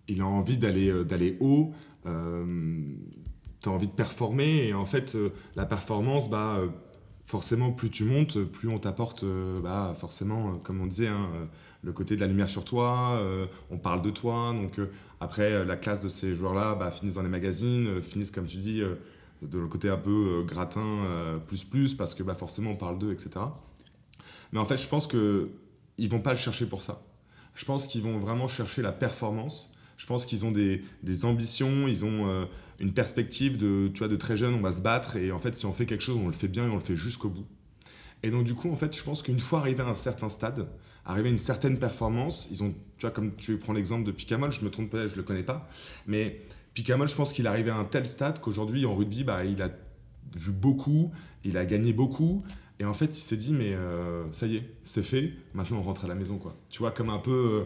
il a envie d'aller, euh, d'aller haut, euh, tu as envie de performer, et en fait, euh, la performance, bah, euh, forcément, plus tu montes, plus on t'apporte, euh, bah, forcément, euh, comme on disait, hein, euh, le côté de la lumière sur toi, euh, on parle de toi, donc euh, après, euh, la classe de ces joueurs-là bah, finissent dans les magazines, euh, finissent, comme tu dis, euh, de le côté un peu euh, gratin, euh, plus plus, parce que bah, forcément, on parle d'eux, et cetera. Mais en fait, je pense qu'ils ne vont pas le chercher pour ça. Je pense qu'ils vont vraiment chercher la performance. Je pense qu'ils ont des, des ambitions, ils ont euh, une perspective de, tu vois, de très jeune, on va se battre. Et en fait, si on fait quelque chose, on le fait bien et on le fait jusqu'au bout. Et donc, du coup, en fait, je pense qu'une fois arrivé à un certain stade, arrivé à une certaine performance, ils ont, tu vois, comme tu prends l'exemple de Picamol, je me trompe peut-être, je ne le connais pas, mais Picamol, je pense qu'il est arrivé à un tel stade qu'aujourd'hui, en rugby, bah, il a vu beaucoup, il a gagné beaucoup. Et en fait, il s'est dit, mais euh, ça y est, c'est fait, maintenant on rentre à la maison, quoi. Tu vois, comme un peu. Euh,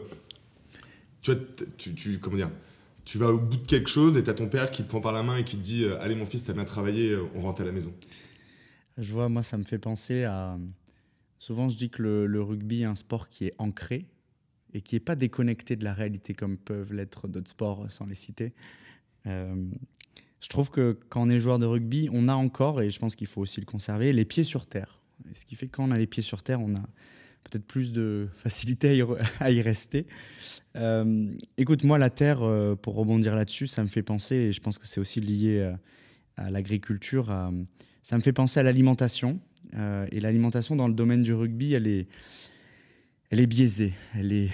tu vois, tu, tu, comment dire, tu vas au bout de quelque chose et tu as ton père qui te prend par la main et qui te dit, euh, allez, mon fils, t'as bien travaillé, euh, on rentre à la maison. Je vois, moi, ça me fait penser à... Souvent, je dis que le, le rugby est un sport qui est ancré et qui n'est pas déconnecté de la réalité comme peuvent l'être d'autres sports sans les citer. Euh, je trouve que quand on est joueur de rugby, on a encore, et je pense qu'il faut aussi le conserver, les pieds sur terre. Et ce qui fait que quand on a les pieds sur terre, on a peut-être plus de facilité à y, re- à y rester. Euh, écoute, moi, la terre, euh, pour rebondir là-dessus, ça me fait penser, et je pense que c'est aussi lié euh, à l'agriculture, à- ça me fait penser à l'alimentation. Euh, et l'alimentation dans le domaine du rugby, elle est, elle est biaisée. Elle est...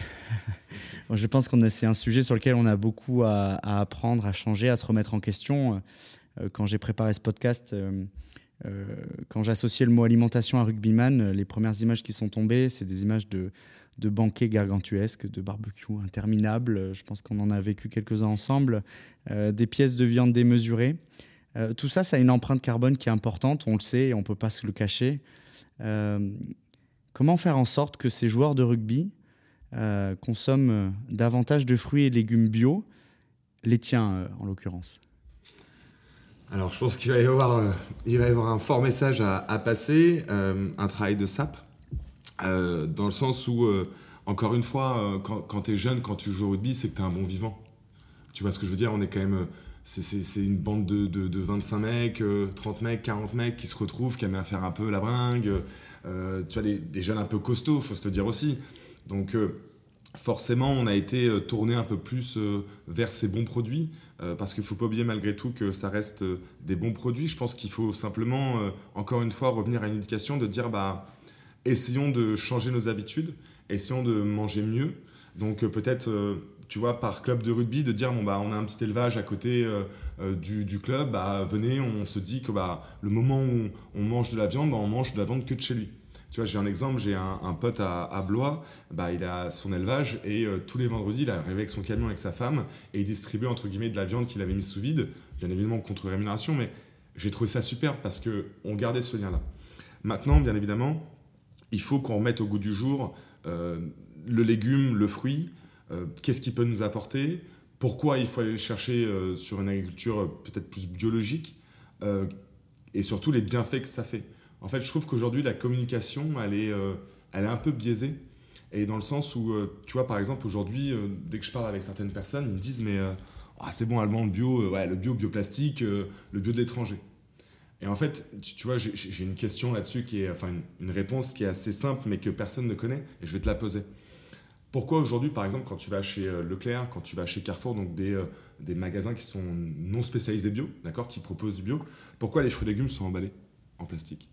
Bon, je pense que c'est un sujet sur lequel on a beaucoup à, à apprendre, à changer, à se remettre en question. Euh, quand j'ai préparé ce podcast, euh, euh, quand j'associais le mot alimentation à rugbyman, euh, les premières images qui sont tombées, c'est des images de, de banquets gargantuesques, de barbecues interminables. Je pense qu'on en a vécu quelques-uns ensemble. Euh, des pièces de viande démesurées. Euh, tout ça, ça a une empreinte carbone qui est importante, on le sait, et on ne peut pas se le cacher. Euh, comment faire en sorte que ces joueurs de rugby euh, consomment davantage de fruits et légumes bio, les tiens euh, en l'occurrence? Alors, je pense qu'il va y avoir, euh, il va y avoir un fort message à, à passer, euh, un travail de sape, euh, dans le sens où, euh, encore une fois, euh, quand, quand tu es jeune, quand tu joues au rugby, c'est que tu es un bon vivant. Tu vois ce que je veux dire? On est quand même. euh, C'est, c'est- c'est une bande de, de, de vingt-cinq mecs, euh, trente mecs, quarante mecs qui se retrouvent, qui aiment à faire un peu la bringue. Euh, tu vois, des, des jeunes un peu costauds, faut se le dire aussi. Donc, euh, forcément, on a été euh, tourné un peu plus euh, vers ces bons produits, euh, parce qu'il ne faut pas oublier malgré tout que ça reste euh, des bons produits. Je pense qu'il faut simplement, euh, encore une fois, revenir à une éducation de dire, bah, essayons de changer nos habitudes, essayons de manger mieux. Donc euh, peut-être, euh, tu vois, par club de rugby, de dire, bon, bah, on a un petit élevage à côté euh, euh, du, du club, bah, venez, on se dit que bah, le moment où on mange de la viande, bah, on mange de la viande que de chez lui. Tu vois, j'ai un exemple, j'ai un, un pote à, à Blois, bah, il a son élevage et euh, tous les vendredis, il arrive avec son camion avec sa femme et il distribue entre guillemets de la viande qu'il avait mise sous vide, bien évidemment contre rémunération, mais j'ai trouvé ça super parce qu'on gardait ce lien-là. Maintenant, bien évidemment, il faut qu'on remette au goût du jour euh, le légume, le fruit, euh, qu'est-ce qu'il peut nous apporter, pourquoi il faut aller le chercher euh, sur une agriculture euh, peut-être plus biologique, euh, et surtout les bienfaits que ça fait. En fait, je trouve qu'aujourd'hui, la communication, elle est, euh, elle est un peu biaisée, et dans le sens où, euh, tu vois, par exemple, aujourd'hui, euh, dès que je parle avec certaines personnes, ils me disent, mais euh, oh, c'est bon, allemand, le bio, euh, ouais, le bio, bioplastique, euh, le bio de l'étranger. Et en fait, tu, tu vois, j'ai, j'ai une question là-dessus qui est, enfin, une, une réponse qui est assez simple, mais que personne ne connaît, et je vais te la poser. Pourquoi aujourd'hui, par exemple, quand tu vas chez euh, Leclerc, quand tu vas chez Carrefour, donc des, euh, des magasins qui sont non spécialisés bio, d'accord, qui proposent du bio, pourquoi les fruits et légumes sont emballés en plastique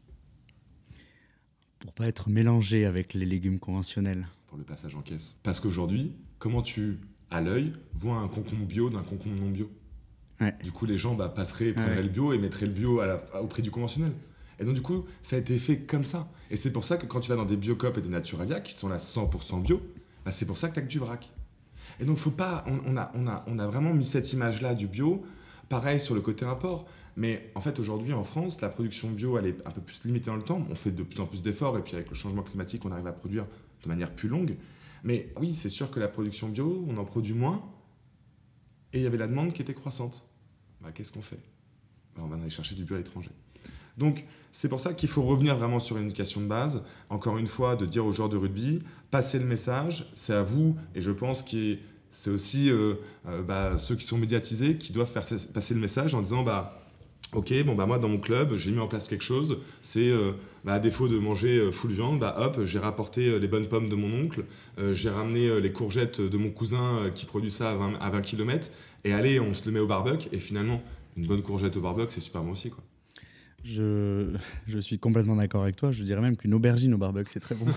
Pour pas être mélangé avec les légumes conventionnels. pour le passage en caisse? Parce qu'aujourd'hui, comment tu, à l'œil, vois un concombre bio d'un concombre non bio? Ouais. Du coup, les gens bah, passeraient, prendraient Ouais. le bio et mettraient le bio à la- au prix du conventionnel. Et donc, du coup, ça a été fait comme ça. Et c'est pour ça que quand tu vas dans des Biocop et des Naturalia, qui sont là cent pour cent bio, bah, c'est pour ça que tu as que du vrac. Et donc, faut pas, on, on a, on, a, on a vraiment mis cette image-là du bio, pareil sur le côté import. Mais en fait, aujourd'hui, en France, la production bio, elle est un peu plus limitée dans le temps. On fait de plus en plus d'efforts, et puis avec le changement climatique, on arrive à produire de manière plus longue. Mais oui, c'est sûr que la production bio, on en produit moins, et il y avait la demande qui était croissante. Bah, qu'est-ce qu'on fait? Bah, on va aller chercher du bio à l'étranger. Donc, c'est pour ça qu'il faut revenir vraiment sur une éducation de base. Encore une fois, de dire aux joueurs de rugby, passez le message, c'est à vous, et je pense qu'il c'est aussi euh, euh, bah, ceux qui sont médiatisés qui doivent passer, passer le message en disant bah, ok, bon, bah, moi dans mon club, j'ai mis en place quelque chose, c'est euh, bah, à défaut de manger euh, full viande, bah, hop, j'ai rapporté euh, les bonnes pommes de mon oncle, euh, j'ai ramené euh, les courgettes de mon cousin euh, qui produit ça à vingt, à vingt kilomètres, et allez, on se le met au barbecue, et finalement, une bonne courgette au barbecue, c'est super bon aussi, quoi. Je, je suis complètement d'accord avec toi. Je dirais même qu'une aubergine au barbecue, c'est très bon.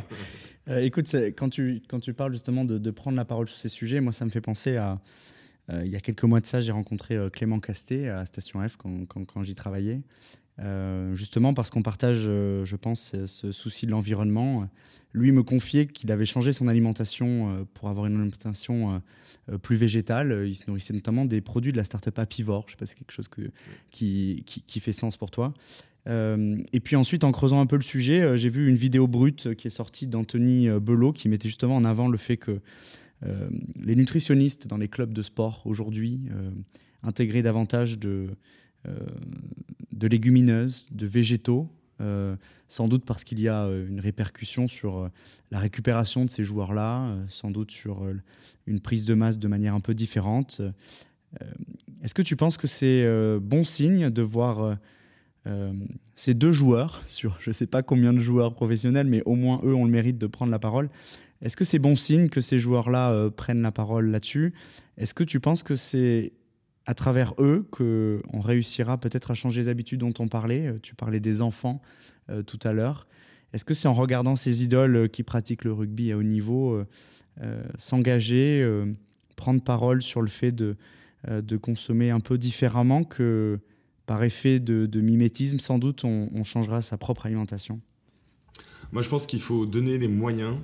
euh, écoute, c'est, quand, tu, quand tu parles justement de, de prendre la parole sur ces sujets, moi, ça me fait penser à... Euh, il y a quelques mois de ça, j'ai rencontré euh, Clément Castet à Station F quand, quand, quand j'y travaillais. Euh, justement parce qu'on partage, euh, je pense, ce souci de l'environnement. Lui me confiait qu'il avait changé son alimentation euh, pour avoir une alimentation euh, plus végétale. Il se nourrissait notamment des produits de la start-up Apivore. Je ne sais pas si c'est quelque chose que, qui, qui, qui fait sens pour toi. Euh, et puis ensuite, en creusant un peu le sujet, euh, j'ai vu une vidéo brute qui est sortie d'Anthony Belot qui mettait justement en avant le fait que euh, les nutritionnistes dans les clubs de sport aujourd'hui euh, intégraient davantage de... Euh, de légumineuses, de végétaux, euh, sans doute parce qu'il y a euh, une répercussion sur euh, la récupération de ces joueurs-là, euh, sans doute sur euh, une prise de masse de manière un peu différente. Euh, est-ce que tu penses que c'est euh, bon signe de voir euh, ces deux joueurs, sur je ne sais pas combien de joueurs professionnels, mais au moins eux ont le mérite de prendre la parole. Est-ce que c'est bon signe que ces joueurs-là euh, prennent la parole là-dessus ? Est-ce que tu penses que c'est à travers eux qu'on réussira peut-être à changer les habitudes dont on parlait? Tu parlais des enfants euh, tout à l'heure. Est-ce que c'est en regardant ces idoles qui pratiquent le rugby à haut niveau, euh, euh, s'engager, euh, prendre parole sur le fait de, euh, de consommer un peu différemment, que par effet de, de mimétisme, sans doute, on, on changera sa propre alimentation? Moi, je pense qu'il faut donner les moyens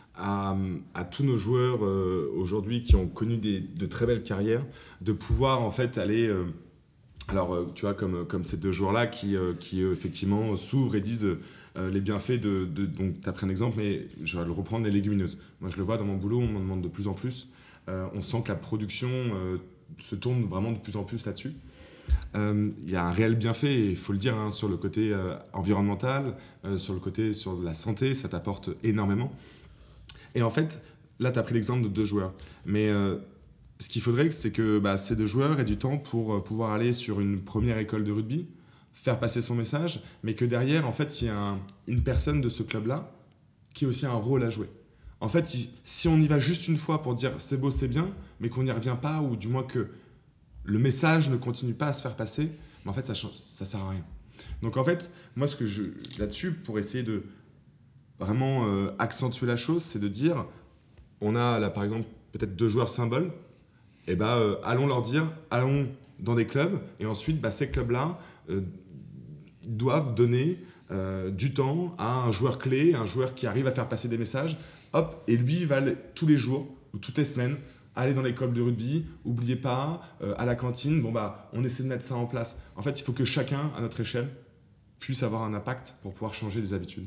À, à tous nos joueurs euh, aujourd'hui qui ont connu des, de très belles carrières, de pouvoir en fait aller, euh, alors euh, tu vois comme, comme ces deux joueurs-là qui, euh, qui euh, effectivement s'ouvrent et disent euh, les bienfaits de, de donc tu as pris un exemple, mais je vais le reprendre, les légumineuses. Moi je le vois dans mon boulot, on m'en demande de plus en plus, euh, on sent que la production euh, se tourne vraiment de plus en plus là-dessus. Il euh, y a un réel bienfait, il faut le dire, hein, sur le côté euh, environnemental, euh, sur le côté sur la santé, ça t'apporte énormément. Et en fait, là, tu as pris l'exemple de deux joueurs. Mais euh, ce qu'il faudrait, c'est que bah, ces deux joueurs aient du temps pour euh, pouvoir aller sur une première école de rugby, faire passer son message, mais que derrière, en fait, il y a un, une personne de ce club-là qui a aussi un rôle à jouer. En fait, si, si on y va juste une fois pour dire c'est beau, c'est bien, mais qu'on n'y revient pas, ou du moins que le message ne continue pas à se faire passer, mais en fait, ça ne sert à rien. Donc en fait, moi, ce que je, là-dessus, pour essayer de vraiment euh, accentuer la chose, c'est de dire, on a là par exemple peut-être deux joueurs symboles, et ben euh, allons leur dire, allons dans des clubs, et ensuite bah, ces clubs-là euh, doivent donner euh, du temps à un joueur clé, un joueur qui arrive à faire passer des messages, hop, et lui il va tous les jours ou toutes les semaines aller dans les clubs de rugby, oubliez pas, euh, à la cantine, bon bah on essaie de mettre ça en place. En fait, il faut que chacun à notre échelle puisse avoir un impact pour pouvoir changer les habitudes.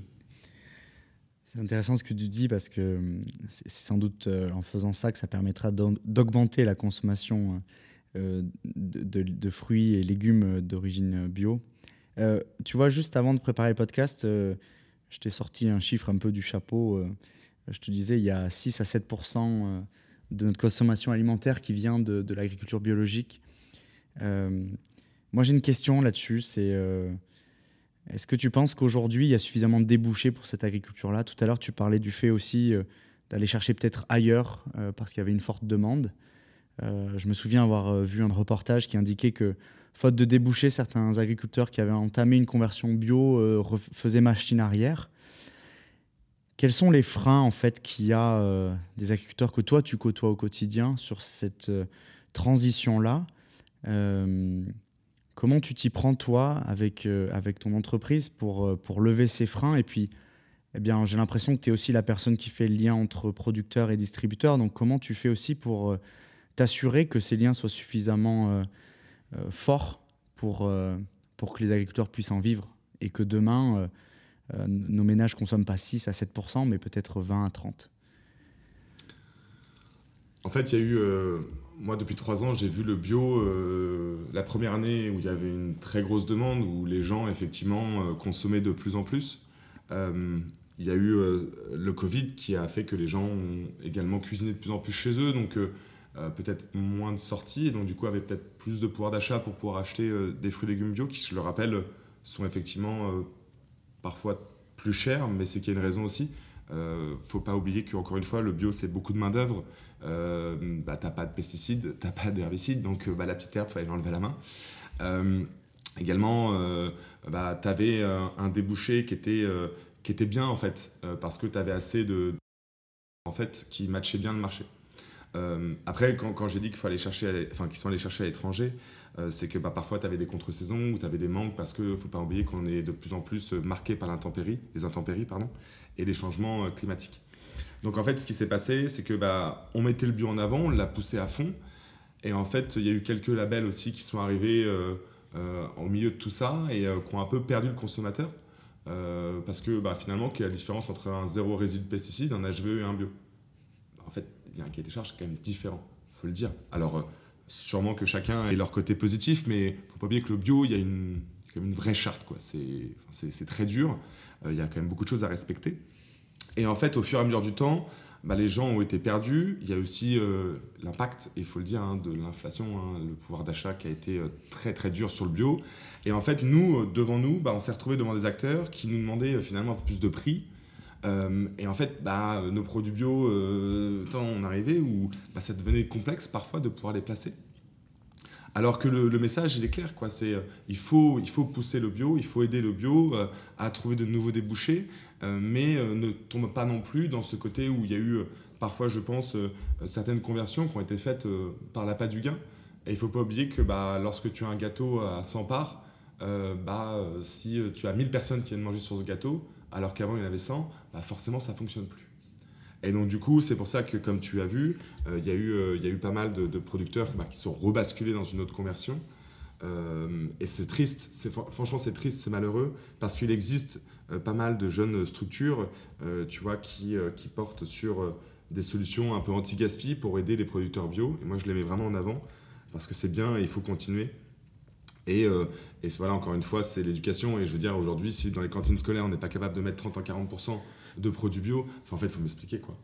C'est intéressant ce que tu dis, parce que c'est sans doute en faisant ça que ça permettra d'augmenter la consommation de, de, de fruits et légumes d'origine bio. Euh, tu vois, juste avant de préparer le podcast, euh, je t'ai sorti un chiffre un peu du chapeau. Euh, je te disais, il y a six à sept pour cent de notre consommation alimentaire qui vient de, de l'agriculture biologique. Euh, moi, j'ai une question là-dessus, c'est... Euh, Est-ce que tu penses qu'aujourd'hui, il y a suffisamment de débouchés pour cette agriculture-là? Tout à l'heure, tu parlais du fait aussi euh, d'aller chercher peut-être ailleurs euh, parce qu'il y avait une forte demande. Euh, je me souviens avoir euh, vu un reportage qui indiquait que, faute de débouchés, certains agriculteurs qui avaient entamé une conversion bio euh, faisaient machine arrière. Quels sont les freins en fait, qu'il y a euh, des agriculteurs que toi, tu côtoies au quotidien sur cette euh, transition-là? euh, Comment tu t'y prends, toi, avec, euh, avec ton entreprise pour, euh, pour lever ces freins? Et puis, eh bien, j'ai l'impression que tu es aussi la personne qui fait le lien entre producteurs et distributeurs. Donc, comment tu fais aussi pour euh, t'assurer que ces liens soient suffisamment euh, euh, forts pour, euh, pour que les agriculteurs puissent en vivre et que demain, euh, euh, nos ménages ne consomment pas six à sept pour cent, mais peut-être vingt à trente pour cent? En fait, il y a eu... Euh... Moi, depuis trois ans, j'ai vu le bio, euh, la première année où il y avait une très grosse demande, où les gens, effectivement, euh, consommaient de plus en plus. Euh, il y a eu euh, le Covid qui a fait que les gens ont également cuisiné de plus en plus chez eux, donc euh, euh, peut-être moins de sorties, et donc du coup avaient peut-être plus de pouvoir d'achat pour pouvoir acheter euh, des fruits et légumes bio, qui, je le rappelle, sont effectivement euh, parfois plus chers, mais c'est qu'il y a une raison aussi. Euh, faut pas oublier qu'encore une fois, le bio, c'est beaucoup de main-d'œuvre. Euh, bah, t'as pas de pesticides, t'as pas d'herbicides, donc euh, bah, la petite herbe, il fallait l'enlever à la main. Euh, également, euh, bah, tu avais euh, un débouché qui était, euh, qui était bien en fait, euh, parce que tu avais assez de. En fait, qui matchait bien le marché. Euh, après, quand, quand j'ai dit qu'il fallait chercher, à, enfin, qu'ils sont allés chercher à l'étranger, euh, c'est que bah, parfois tu avais des contre-saisons ou tu avais des manques parce qu'il ne faut pas oublier qu'on est de plus en plus marqué par l'intempérie, les intempéries pardon, et les changements euh, climatiques. Donc en fait, ce qui s'est passé, c'est que bah, on mettait le bio en avant, on l'a poussé à fond, et en fait, il y a eu quelques labels aussi qui sont arrivés euh, euh, au milieu de tout ça et euh, qui ont un peu perdu le consommateur. Euh, parce que bah, finalement, quelle est la différence entre un zéro résidu de pesticides, un H V E et un bio? En fait, il y a un cahier des charges quand même différent, il faut le dire. Alors, euh, sûrement que chacun ait leur côté positif, mais il ne faut pas oublier que le bio, il y a une, quand même une vraie charte, quoi. C'est, c'est, c'est très dur, euh, il y a quand même beaucoup de choses à respecter. Et en fait, au fur et à mesure du temps, bah, les gens ont été perdus. Il y a aussi euh, l'impact, il faut le dire, hein, de l'inflation, hein, le pouvoir d'achat qui a été euh, très très dur sur le bio. Et en fait, nous, euh, devant nous, bah, on s'est retrouvés devant des acteurs qui nous demandaient euh, finalement un peu plus de prix. Euh, et en fait, bah, nos produits bio, euh, tant on arrivait où bah, ça devenait complexe parfois de pouvoir les placer. Alors que le, le message, il est clair, quoi. C'est, euh, il faut, il faut pousser le bio, il faut aider le bio euh, à trouver de nouveaux débouchés, euh, mais euh, ne tombe pas non plus dans ce côté où il y a eu euh, parfois, je pense, euh, certaines conversions qui ont été faites euh, par l'appât du gain. Et il ne faut pas oublier que bah, lorsque tu as un gâteau à cent parts, euh, bah, euh, si tu as mille personnes qui viennent manger sur ce gâteau, alors qu'avant il y en avait cent, bah, forcément ça ne fonctionne plus. Et donc du coup, c'est pour ça que, comme tu as vu, euh, il y, euh, y a eu pas mal de, de producteurs bah, qui sont rebasculés dans une autre conversion. Euh, et c'est triste, c'est, franchement c'est triste, c'est malheureux, parce qu'il existe euh, pas mal de jeunes structures euh, tu vois, qui, euh, qui portent sur euh, des solutions un peu anti-gaspi pour aider les producteurs bio. Et moi, je les mets vraiment en avant, parce que c'est bien et il faut continuer. Et, euh, et voilà, encore une fois, c'est l'éducation. Et je veux dire, aujourd'hui, si dans les cantines scolaires, on n'est pas capable de mettre trente à quarante pour cent de produits bio, en fait, il faut m'expliquer quoi.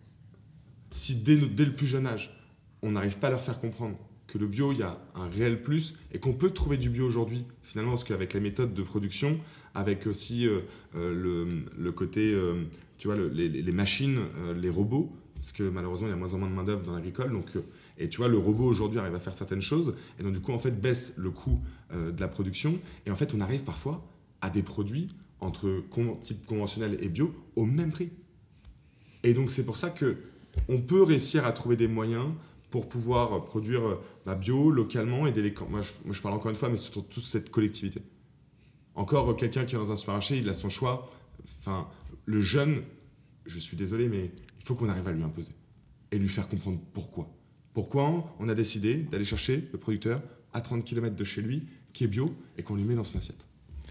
Si dès, dès le plus jeune âge, on n'arrive pas à leur faire comprendre que le bio, il y a un réel plus et qu'on peut trouver du bio aujourd'hui, finalement, parce qu'avec les méthodes de production, avec aussi euh, euh, le, le côté, euh, tu vois, le, les, les machines, euh, les robots, parce que malheureusement, il y a moins en moins de main-d'œuvre dans l'agricole. Donc, euh, et tu vois, le robot aujourd'hui arrive à faire certaines choses, et donc du coup, en fait, baisse le coût euh, de la production. Et en fait, on arrive parfois à des produits entre con, type conventionnel et bio au même prix. Et donc, c'est pour ça que on peut réussir à trouver des moyens pour pouvoir produire bah, bio, localement, aider les... Moi je, moi, je parle encore une fois, mais surtout toute cette collectivité. Encore, quelqu'un qui est dans un supermarché, il a son choix. Enfin, le jeune, je suis désolé, mais il faut qu'on arrive à lui imposer et lui faire comprendre pourquoi. Pourquoi on a décidé d'aller chercher le producteur à trente kilomètres de chez lui, qui est bio, et qu'on lui met dans son assiette.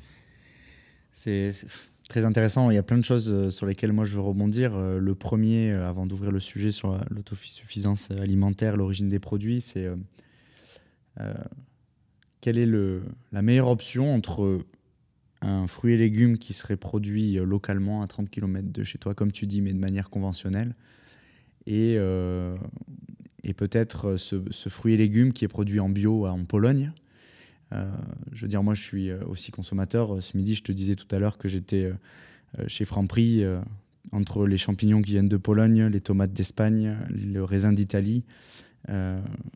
C'est... c'est... Très intéressant, il y a plein de choses sur lesquelles moi je veux rebondir. Le premier, avant d'ouvrir le sujet sur l'autosuffisance alimentaire, l'origine des produits, c'est euh, euh, quelle est le, la meilleure option entre un fruit et légumes qui serait produit localement à trente kilomètres de chez toi, comme tu dis, mais de manière conventionnelle, et, euh, et peut-être ce, ce fruit et légumes qui est produit en bio en Pologne. Euh, je veux dire, moi, je suis aussi consommateur. Ce midi, je te disais tout à l'heure que j'étais euh, chez Franprix, euh, entre les champignons qui viennent de Pologne, les tomates d'Espagne, le raisin d'Italie. Euh,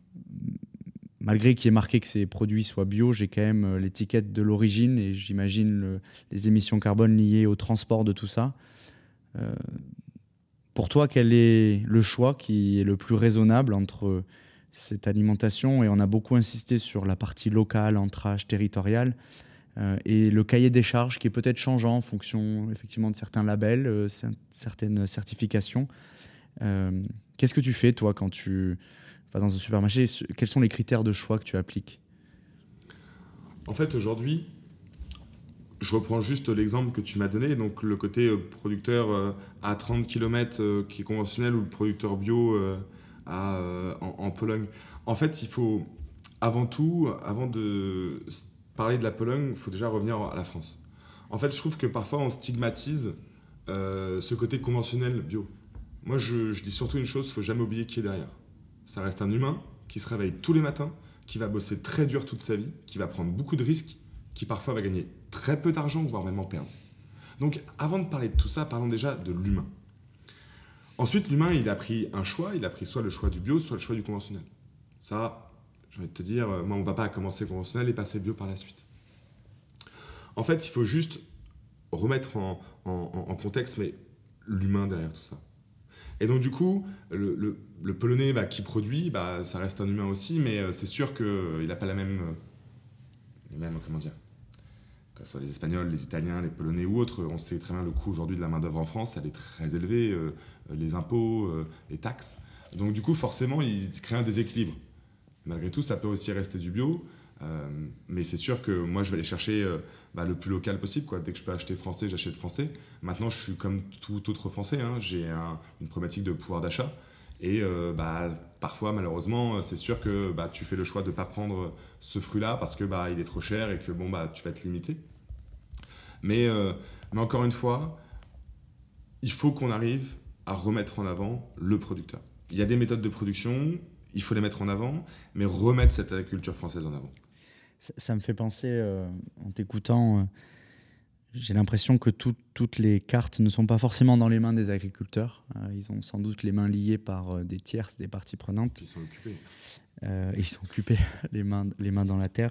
malgré qu'il y ait marqué que ces produits soient bio, j'ai quand même l'étiquette de l'origine et j'imagine le, les émissions carbone liées au transport de tout ça. Euh, pour toi, quel est le choix qui est le plus raisonnable entre cette alimentation, et on a beaucoup insisté sur la partie locale, ancrage territorial, euh, et le cahier des charges qui est peut-être changeant en fonction effectivement de certains labels, euh, certaines certifications. Euh, qu'est-ce que tu fais toi quand tu vas dans un supermarché? Quels sont les critères de choix que tu appliques? En fait, aujourd'hui, je reprends juste l'exemple que tu m'as donné, donc le côté producteur euh, à trente kilomètres euh, qui est conventionnel, ou le producteur bio euh, À, euh, en, en Pologne. En fait, il faut, avant tout, avant de parler de la Pologne, il faut déjà revenir à la France. En fait, je trouve que parfois, on stigmatise euh, ce côté conventionnel bio. Moi, je, je dis surtout une chose, il ne faut jamais oublier qui est derrière. Ça reste un humain qui se réveille tous les matins, qui va bosser très dur toute sa vie, qui va prendre beaucoup de risques, qui parfois va gagner très peu d'argent, voire même en perdre. Donc, avant de parler de tout ça, parlons déjà de l'humain. Ensuite, l'humain, il a pris un choix, il a pris soit le choix du bio, soit le choix du conventionnel. Ça, j'ai envie de te dire, moi, mon papa a commencé conventionnel et passé bio par la suite. En fait, il faut juste remettre en, en, en contexte, mais l'humain derrière tout ça. Et donc, du coup, le, le, le Polonais bah, qui produit, bah, ça reste un humain aussi, mais euh, c'est sûr qu'il euh, n'a pas la même, euh, les mêmes, comment dire, que ce soit les Espagnols, les Italiens, les Polonais ou autres. On sait très bien le coût aujourd'hui de la main-d'œuvre en France, elle est très élevée, euh, les impôts, euh, les taxes. Donc, du coup, forcément, il crée un déséquilibre. Malgré tout, ça peut aussi rester du bio. Euh, mais c'est sûr que moi, je vais aller chercher euh, bah, le plus local possible, quoi. Dès que je peux acheter français, j'achète français. Maintenant, je suis comme tout autre Français. Hein. J'ai un, une problématique de pouvoir d'achat. Et euh, bah, parfois, malheureusement, c'est sûr que bah, tu fais le choix de ne pas prendre ce fruit-là parce qu'il bah, est trop cher et que bon, bah, tu vas te limiter. Mais, euh, mais encore une fois, il faut qu'on arrive à remettre en avant le producteur. Il y a des méthodes de production, il faut les mettre en avant, mais remettre cette agriculture française en avant. Ça, ça me fait penser, euh, en t'écoutant, euh, j'ai l'impression que tout, toutes les cartes ne sont pas forcément dans les mains des agriculteurs. Euh, ils ont sans doute les mains liées par euh, des tierces, des parties prenantes. Ils sont occupés. Euh, ils sont occupés, les mains, les mains dans la terre.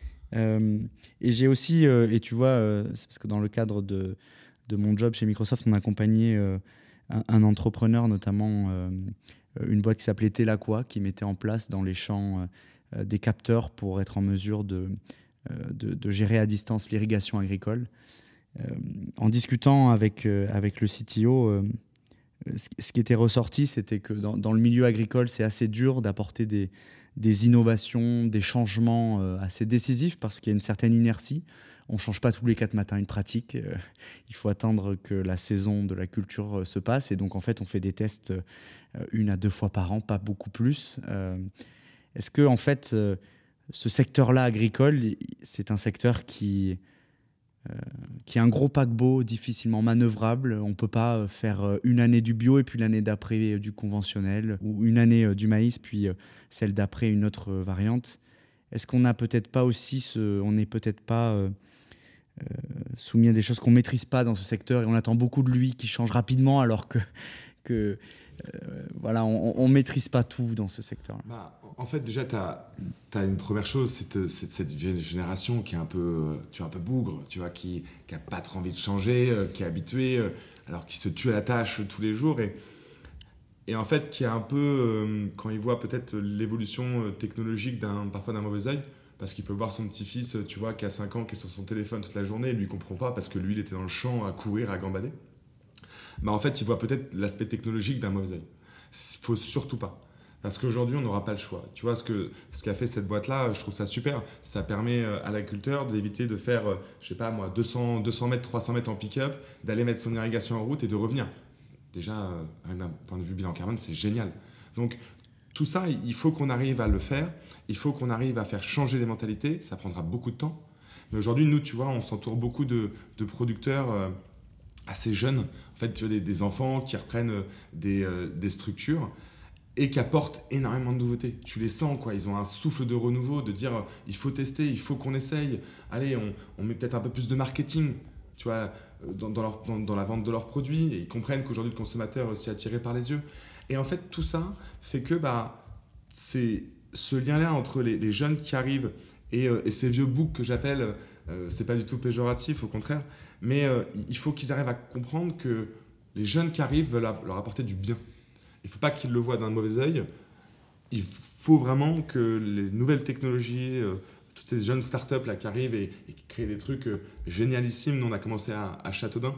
Euh, et j'ai aussi, euh, et tu vois, euh, c'est parce que dans le cadre de, de mon job chez Microsoft, on accompagnait euh, un, un entrepreneur, notamment euh, une boîte qui s'appelait Telaqua, qui mettait en place dans les champs euh, des capteurs pour être en mesure de, euh, de, de gérer à distance l'irrigation agricole. Euh, en discutant avec, euh, avec le C T O, euh, ce, ce qui était ressorti, c'était que dans, dans le milieu agricole, c'est assez dur d'apporter des, des innovations, des changements euh, assez décisifs parce qu'il y a une certaine inertie. On ne change pas tous les quatre matins une pratique. Euh, il faut attendre que la saison de la culture euh, se passe. Et donc, en fait, on fait des tests euh, une à deux fois par an, pas beaucoup plus. Euh, est-ce que, en fait, euh, ce secteur-là agricole, c'est un secteur qui... Euh, qui est un gros paquebot difficilement manœuvrable. On ne peut pas faire une année du bio et puis l'année d'après du conventionnel, ou une année du maïs puis celle d'après une autre variante. Est-ce qu'on n'a peut-être pas aussi ce, on n'est peut-être pas euh, euh, soumis à des choses qu'on ne maîtrise pas dans ce secteur et on attend beaucoup de lui qui change rapidement alors que, que euh, voilà, on ne maîtrise pas tout dans ce secteur-là. Bah, en fait, déjà, tu as une première chose, c'est cette génération qui est un peu, tu vois, un peu bougre, tu vois, qui n'a pas trop envie de changer, euh, qui est habituée, euh, alors qui se tue à la tâche tous les jours. Et, et en fait, qui est un peu, euh, quand il voit peut-être l'évolution technologique d'un, parfois d'un mauvais œil, parce qu'il peut voir son petit-fils, tu vois, qui a cinq ans, qui est sur son téléphone toute la journée, et lui ne comprend pas parce que lui, il était dans le champ à courir, à gambader. Bah, en fait, il voit peut-être l'aspect technologique d'un mauvais œil. Il ne faut surtout pas. Parce qu'aujourd'hui, on n'aura pas le choix. Tu vois, ce que ce qu'a fait cette boîte-là, je trouve ça super. Ça permet à l'agriculteur d'éviter de faire, je sais pas moi, deux cents, deux cents mètres, trois cents mètres en pick-up, d'aller mettre son irrigation en route et de revenir. Déjà, d'un point de vue bilan carbone, c'est génial. Donc, tout ça, il faut qu'on arrive à le faire. Il faut qu'on arrive à faire changer les mentalités. Ça prendra beaucoup de temps. Mais aujourd'hui, nous, tu vois, on s'entoure beaucoup de, de producteurs euh, assez jeunes. En fait, tu vois, des, des enfants qui reprennent des, euh, des structures et qui apportent énormément de nouveautés. Tu les sens, quoi. Ils ont un souffle de renouveau, de dire il faut tester, il faut qu'on essaye. Allez, on, on met peut-être un peu plus de marketing, tu vois, dans, dans, leur, dans, dans la vente de leurs produits. Et ils comprennent qu'aujourd'hui, le consommateur est aussi attiré par les yeux. Et en fait, tout ça fait que bah, c'est ce lien-là entre les, les jeunes qui arrivent et, euh, et ces vieux boucs que j'appelle, euh, c'est pas du tout péjoratif, au contraire, mais euh, il faut qu'ils arrivent à comprendre que les jeunes qui arrivent veulent leur apporter du bien. Il ne faut pas qu'ils le voient d'un mauvais œil. Il faut vraiment que les nouvelles technologies, euh, toutes ces jeunes startups là, qui arrivent et, et qui créent des trucs euh, génialissimes. Nous, on a commencé à, à Châteaudun.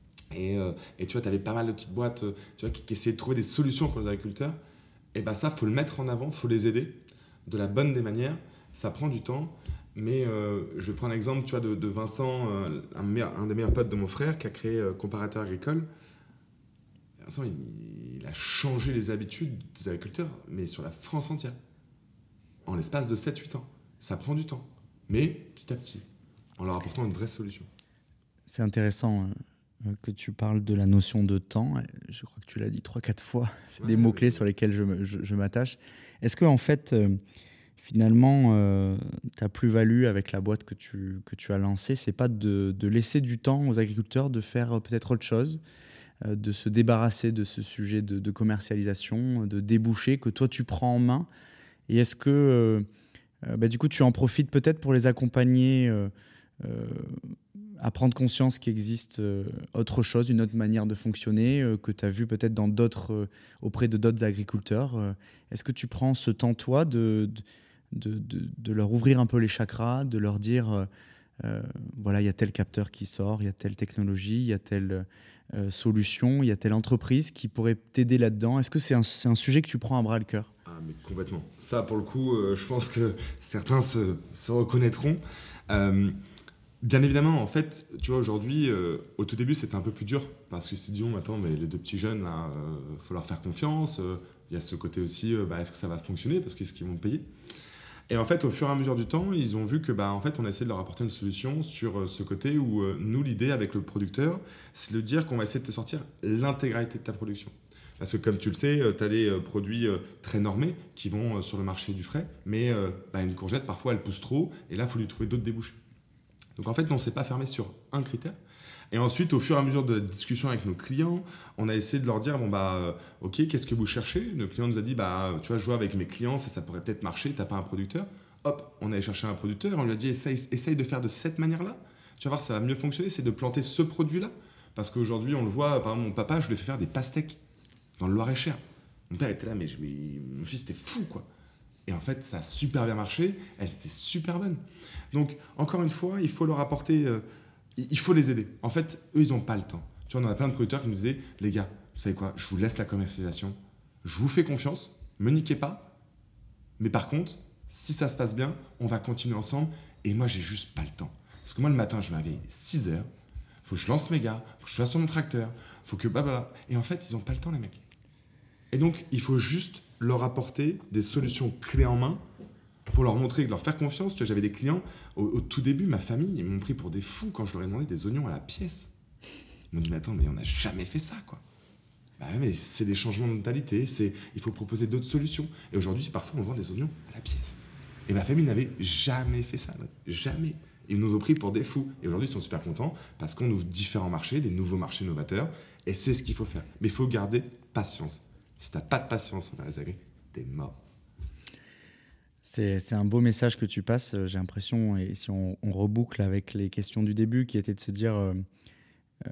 Et, euh, et tu vois, tu avais pas mal de petites boîtes euh, tu vois, qui, qui essayaient de trouver des solutions pour les agriculteurs. Et bien ça, il faut le mettre en avant, il faut les aider de la bonne des manières. Ça prend du temps. Mais euh, je vais prendre l'exemple tu vois, de, de Vincent, euh, un, meilleur, un des meilleurs potes de mon frère, qui a créé euh, Comparateur Agricole. Vincent, il, il a changé les habitudes des agriculteurs, mais sur la France entière. En l'espace de sept huit ans. Ça prend du temps, mais petit à petit, en leur apportant une vraie solution. C'est intéressant. euh, que tu parles de la notion de temps. Je crois que tu l'as dit trois, quatre fois. C'est Ouais, des mots-clés ouais. sur lesquels je, me- je, je m'attache. Est-ce que, en fait, euh, finalement, euh, ta plus-value avec la boîte que tu, que tu as lancée, c'est pas de, de laisser du temps aux agriculteurs de faire euh, peut-être autre chose, euh, de se débarrasser de ce sujet de, de commercialisation, de débouchés que toi tu prends en main. Et est-ce que euh, euh, bah, du coup tu en profites peut-être pour les accompagner euh, euh, à prendre conscience qu'il existe euh, autre chose, une autre manière de fonctionner euh, que tu as vu peut-être dans d'autres, euh, auprès de d'autres agriculteurs. Euh, est-ce que tu prends ce temps, toi, de, de, de, de, de leur ouvrir un peu les chakras, de leur dire, euh, euh, voilà, il y a tel capteur qui sort, il y a telle technologie, il y a telle euh, solution, il y a telle entreprise qui pourrait t'aider là-dedans. Est-ce que c'est un, c'est un sujet que tu prends à bras le cœur? Ah, mais complètement. Ça, pour le coup, euh, je pense que certains se, se reconnaîtront. Euh, Bien évidemment, en fait, tu vois, aujourd'hui, euh, au tout début, c'était un peu plus dur parce que si disons, attends, mais les deux petits jeunes, là, euh, faut leur faire confiance. euh, Il y a ce côté aussi, euh, bah, est-ce que ça va fonctionner parce qu'est-ce qu'ils vont payer. Et en fait, au fur et à mesure du temps, ils ont vu que, bah, en fait, on essaie de leur apporter une solution sur euh, ce côté où euh, nous, l'idée avec le producteur, c'est de dire qu'on va essayer de te sortir l'intégralité de ta production. Parce que comme tu le sais, tu as des euh, produits euh, très normés qui vont euh, sur le marché du frais, mais euh, bah, une courgette, parfois, elle pousse trop, et là, il faut lui trouver d'autres débouchés. Donc en fait, on ne s'est pas fermé sur un critère. Et ensuite, au fur et à mesure de la discussion avec nos clients, on a essayé de leur dire, bon bah, euh, ok, qu'est-ce que vous cherchez? Nos clients nous a dit, bah, tu vois, je vois avec mes clients, ça, ça pourrait peut-être marcher, t'as pas un producteur. Hop, on allait chercher un producteur, on lui a dit, essaye, essaye de faire de cette manière-là. Tu vas voir, ça va mieux fonctionner, c'est de planter ce produit-là. Parce qu'aujourd'hui, on le voit, par exemple, mon papa, je lui ai fait faire des pastèques dans le Loir-et-Cher. Mon père était là, mais je, mais, mon fils, c'était fou, quoi. Et en fait, ça a super bien marché, elles étaient super bonnes. Donc, encore une fois, il faut leur apporter, euh, il faut les aider. En fait, eux, ils n'ont pas le temps. Tu vois, on a plein de producteurs qui nous disaient, les gars, vous savez quoi, je vous laisse la commercialisation, je vous fais confiance, me niquez pas, mais par contre, si ça se passe bien, on va continuer ensemble, et moi, j'ai juste pas le temps. Parce que moi, le matin, je m'avais six heures, faut que je lance mes gars, faut que je sois sur mon tracteur, faut que blablabla. Et en fait, ils n'ont pas le temps, les mecs. Et donc, il faut juste leur apporter des solutions clés en main pour leur montrer, leur faire confiance. Tu vois, j'avais des clients, au, au tout début, ma famille, ils m'ont pris pour des fous quand je leur ai demandé des oignons à la pièce. Ils m'ont dit, mais attends, mais on n'a jamais fait ça, quoi. Bah ouais, mais c'est des changements de mentalité, c'est, il faut proposer d'autres solutions. Et aujourd'hui, parfois, on vend des oignons à la pièce. Et ma famille n'avait jamais fait ça, jamais. Ils nous ont pris pour des fous. Et aujourd'hui, ils sont super contents parce qu'on ouvre différents marchés, des nouveaux marchés novateurs. Et c'est ce qu'il faut faire. Mais il faut garder patience. Si tu n'as pas de patience envers les agris, t'es mort. C'est, c'est un beau message que tu passes, j'ai l'impression, et si on, on reboucle avec les questions du début, qui étaient de se dire euh, euh,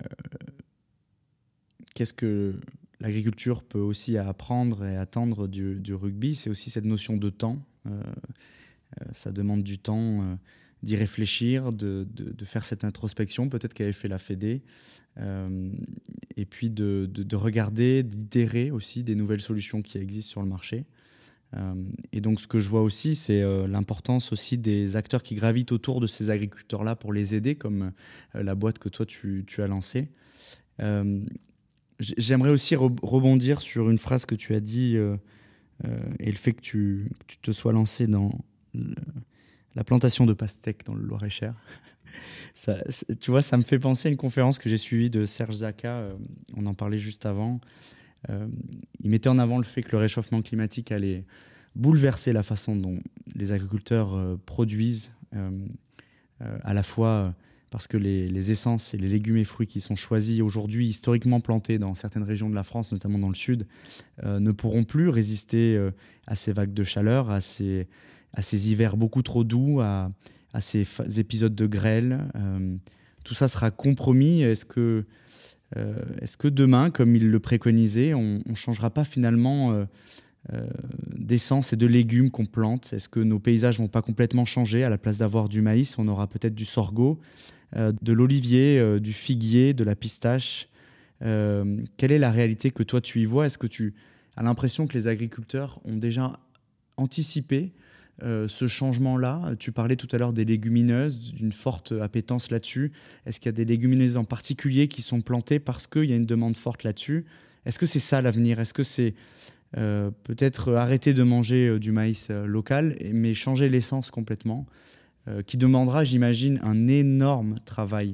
qu'est-ce que l'agriculture peut aussi apprendre et attendre du, du rugby, c'est aussi cette notion de temps. Euh, euh, ça demande du temps euh, d'y réfléchir, de, de, de faire cette introspection, peut-être qu'avait fait la Fédé, euh, et puis de, de, de regarder, d'itérer aussi des nouvelles solutions qui existent sur le marché. Euh, et donc ce que je vois aussi, c'est euh, l'importance aussi des acteurs qui gravitent autour de ces agriculteurs-là pour les aider, comme euh, la boîte que toi tu, tu as lancée. Euh, j'aimerais aussi re- rebondir sur une phrase que tu as dit euh, euh, et le fait que tu, que tu te sois lancé dans le, la plantation de pastèques dans le Loir-et-Cher. Ça, tu vois, ça me fait penser à une conférence que j'ai suivie de Serge Zaka, euh, on en parlait juste avant. Euh, il mettait en avant le fait que le réchauffement climatique allait bouleverser la façon dont les agriculteurs euh, produisent, euh, euh, à la fois parce que les, les essences et les légumes et fruits qui sont choisis aujourd'hui, historiquement plantés dans certaines régions de la France, notamment dans le sud, euh, ne pourront plus résister euh, à ces vagues de chaleur, à ces, à ces hivers beaucoup trop doux, à, à ces fa- épisodes de grêle. Euh, tout ça sera compromis. Est-ce que Euh, est-ce que demain, comme il le préconisait, on ne changera pas finalement euh, euh, d'essence et de légumes qu'on plante? Est-ce que nos paysages ne vont pas complètement changer? À la place d'avoir du maïs, on aura peut-être du sorgho, euh, de l'olivier, euh, du figuier, de la pistache. Euh, quelle est la réalité que toi tu y vois? Est-ce que tu as l'impression que les agriculteurs ont déjà anticipé Euh, ce changement-là? Tu parlais tout à l'heure des légumineuses, d'une forte appétence là-dessus. Est-ce qu'il y a des légumineuses en particulier qui sont plantées parce qu'il y a une demande forte là-dessus? Est-ce que c'est ça l'avenir? Est-ce que c'est euh, peut-être arrêter de manger euh, du maïs euh, local, mais changer l'essence complètement, euh, qui demandera, j'imagine, un énorme travail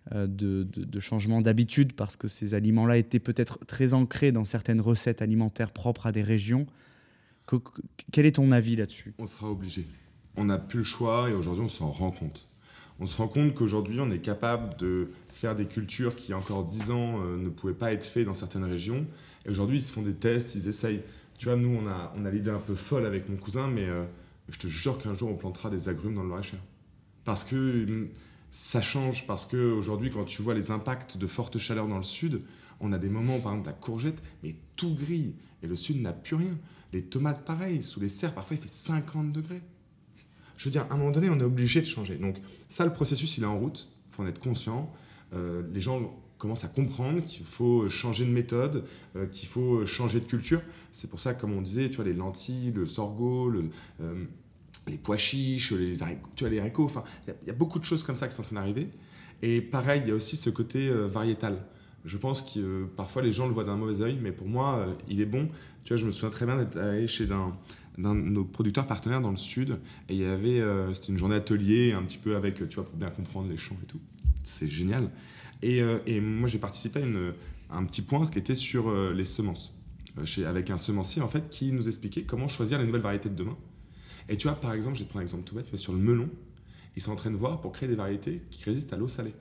euh, de, de, de changement d'habitude parce que ces aliments-là étaient peut-être très ancrés dans certaines recettes alimentaires propres à des régions. Que, que, quel est ton avis là-dessus ? On sera obligé. On n'a plus le choix et aujourd'hui on s'en rend compte. On se rend compte qu'aujourd'hui on est capable de faire des cultures qui il y a encore dix ans euh, ne pouvaient pas être faites dans certaines régions. Et aujourd'hui ils se font des tests, ils essayent. Tu vois, nous on a, on a l'idée un peu folle avec mon cousin, mais euh, je te jure qu'un jour on plantera des agrumes dans le Loir-et-Cher. Parce que euh, ça change, parce qu'aujourd'hui quand tu vois les impacts de forte chaleur dans le sud, on a des moments, par exemple la courgette, mais tout grille. Et le sud n'a plus rien. Les tomates pareil, sous les serres parfois il fait cinquante degrés. Je veux dire, à un moment donné, on est obligé de changer. Donc ça, le processus, il est en route. Il faut en être conscient. Euh, les gens commencent à comprendre qu'il faut changer de méthode, euh, qu'il faut changer de culture. C'est pour ça, comme on disait, tu vois, les lentilles, le sorgho, le, euh, les pois chiches, les haricots, tu vois, les haricots. Enfin, il y, y a beaucoup de choses comme ça qui sont en train d'arriver. Et pareil, il y a aussi ce côté euh, variétal. Je pense que euh, parfois les gens le voient d'un mauvais œil, mais pour moi, euh, il est bon. Tu vois, je me souviens très bien d'être allé chez un d'un de nos producteurs partenaires dans le sud, et il y avait, euh, c'était une journée atelier, un petit peu avec, tu vois, pour bien comprendre les champs et tout. C'est génial. Et, euh, et moi, j'ai participé à, une, à un petit point qui était sur euh, les semences, euh, chez, avec un semencier, en fait, qui nous expliquait comment choisir les nouvelles variétés de demain. Et tu vois, par exemple, je vais te prendre un exemple tout bête, mais sur le melon, ils sont en train de voir pour créer des variétés qui résistent à l'eau salée.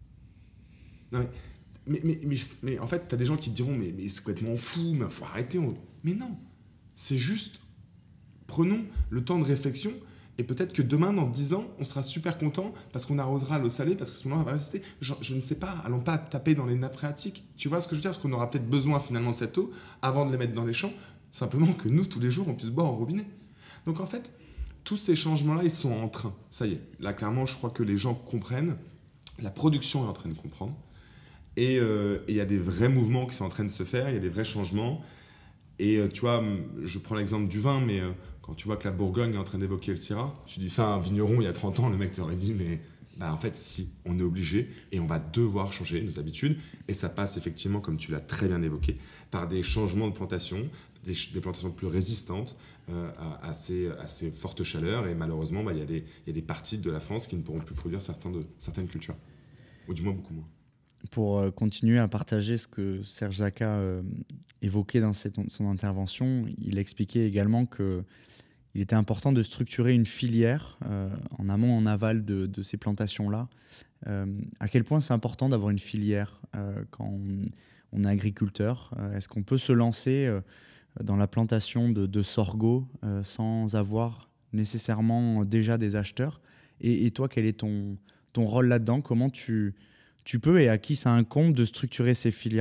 Non mais, mais, mais, mais, mais en fait, tu as des gens qui te diront, mais, mais c'est complètement fou, mais il faut arrêter. On... Mais non, c'est juste... Prenons le temps de réflexion et peut-être que demain, dans dix ans, on sera super content parce qu'on arrosera l'eau salée, parce que ce moment-là, va résister. Genre, je ne sais pas, allons pas taper dans les nappes phréatiques. Tu vois ce que je veux dire ? Parce qu'on aura peut-être besoin finalement de cette eau avant de les mettre dans les champs, simplement que nous, tous les jours, on puisse boire au robinet. Donc en fait, tous ces changements-là, ils sont en train. Ça y est, là clairement, je crois que les gens comprennent. La production est en train de comprendre. Et il euh, y a des vrais mouvements qui sont en train de se faire, il y a des vrais changements. Et euh, tu vois, je prends l'exemple du vin, mais... Euh, quand tu vois que la Bourgogne est en train d'évoquer le Syrah, tu dis ça à un vigneron il y a trente ans, le mec t'aurait dit, mais bah, en fait, si, on est obligé et on va devoir changer nos habitudes. Et ça passe effectivement, comme tu l'as très bien évoqué, par des changements de plantation, des, des plantations plus résistantes euh, à, à, ces, à ces fortes chaleurs. Et malheureusement, bah, y a des, y a des parties de la France qui ne pourront plus produire certains de, certaines cultures, ou du moins beaucoup moins. Pour euh, continuer à partager ce que Serge Zaka euh, évoquait dans cette, son intervention, il expliquait également que il était important de structurer une filière euh, en amont, en aval de, de ces plantations-là. Euh, à quel point c'est important d'avoir une filière euh, quand on, on est agriculteur ? euh, Est-ce qu'on peut se lancer euh, dans la plantation de, de sorgho euh, sans avoir nécessairement déjà des acheteurs ? et, et toi, quel est ton, ton rôle là-dedans ? Comment tu, tu peux et à qui ça incombe de structurer ces filières-là ?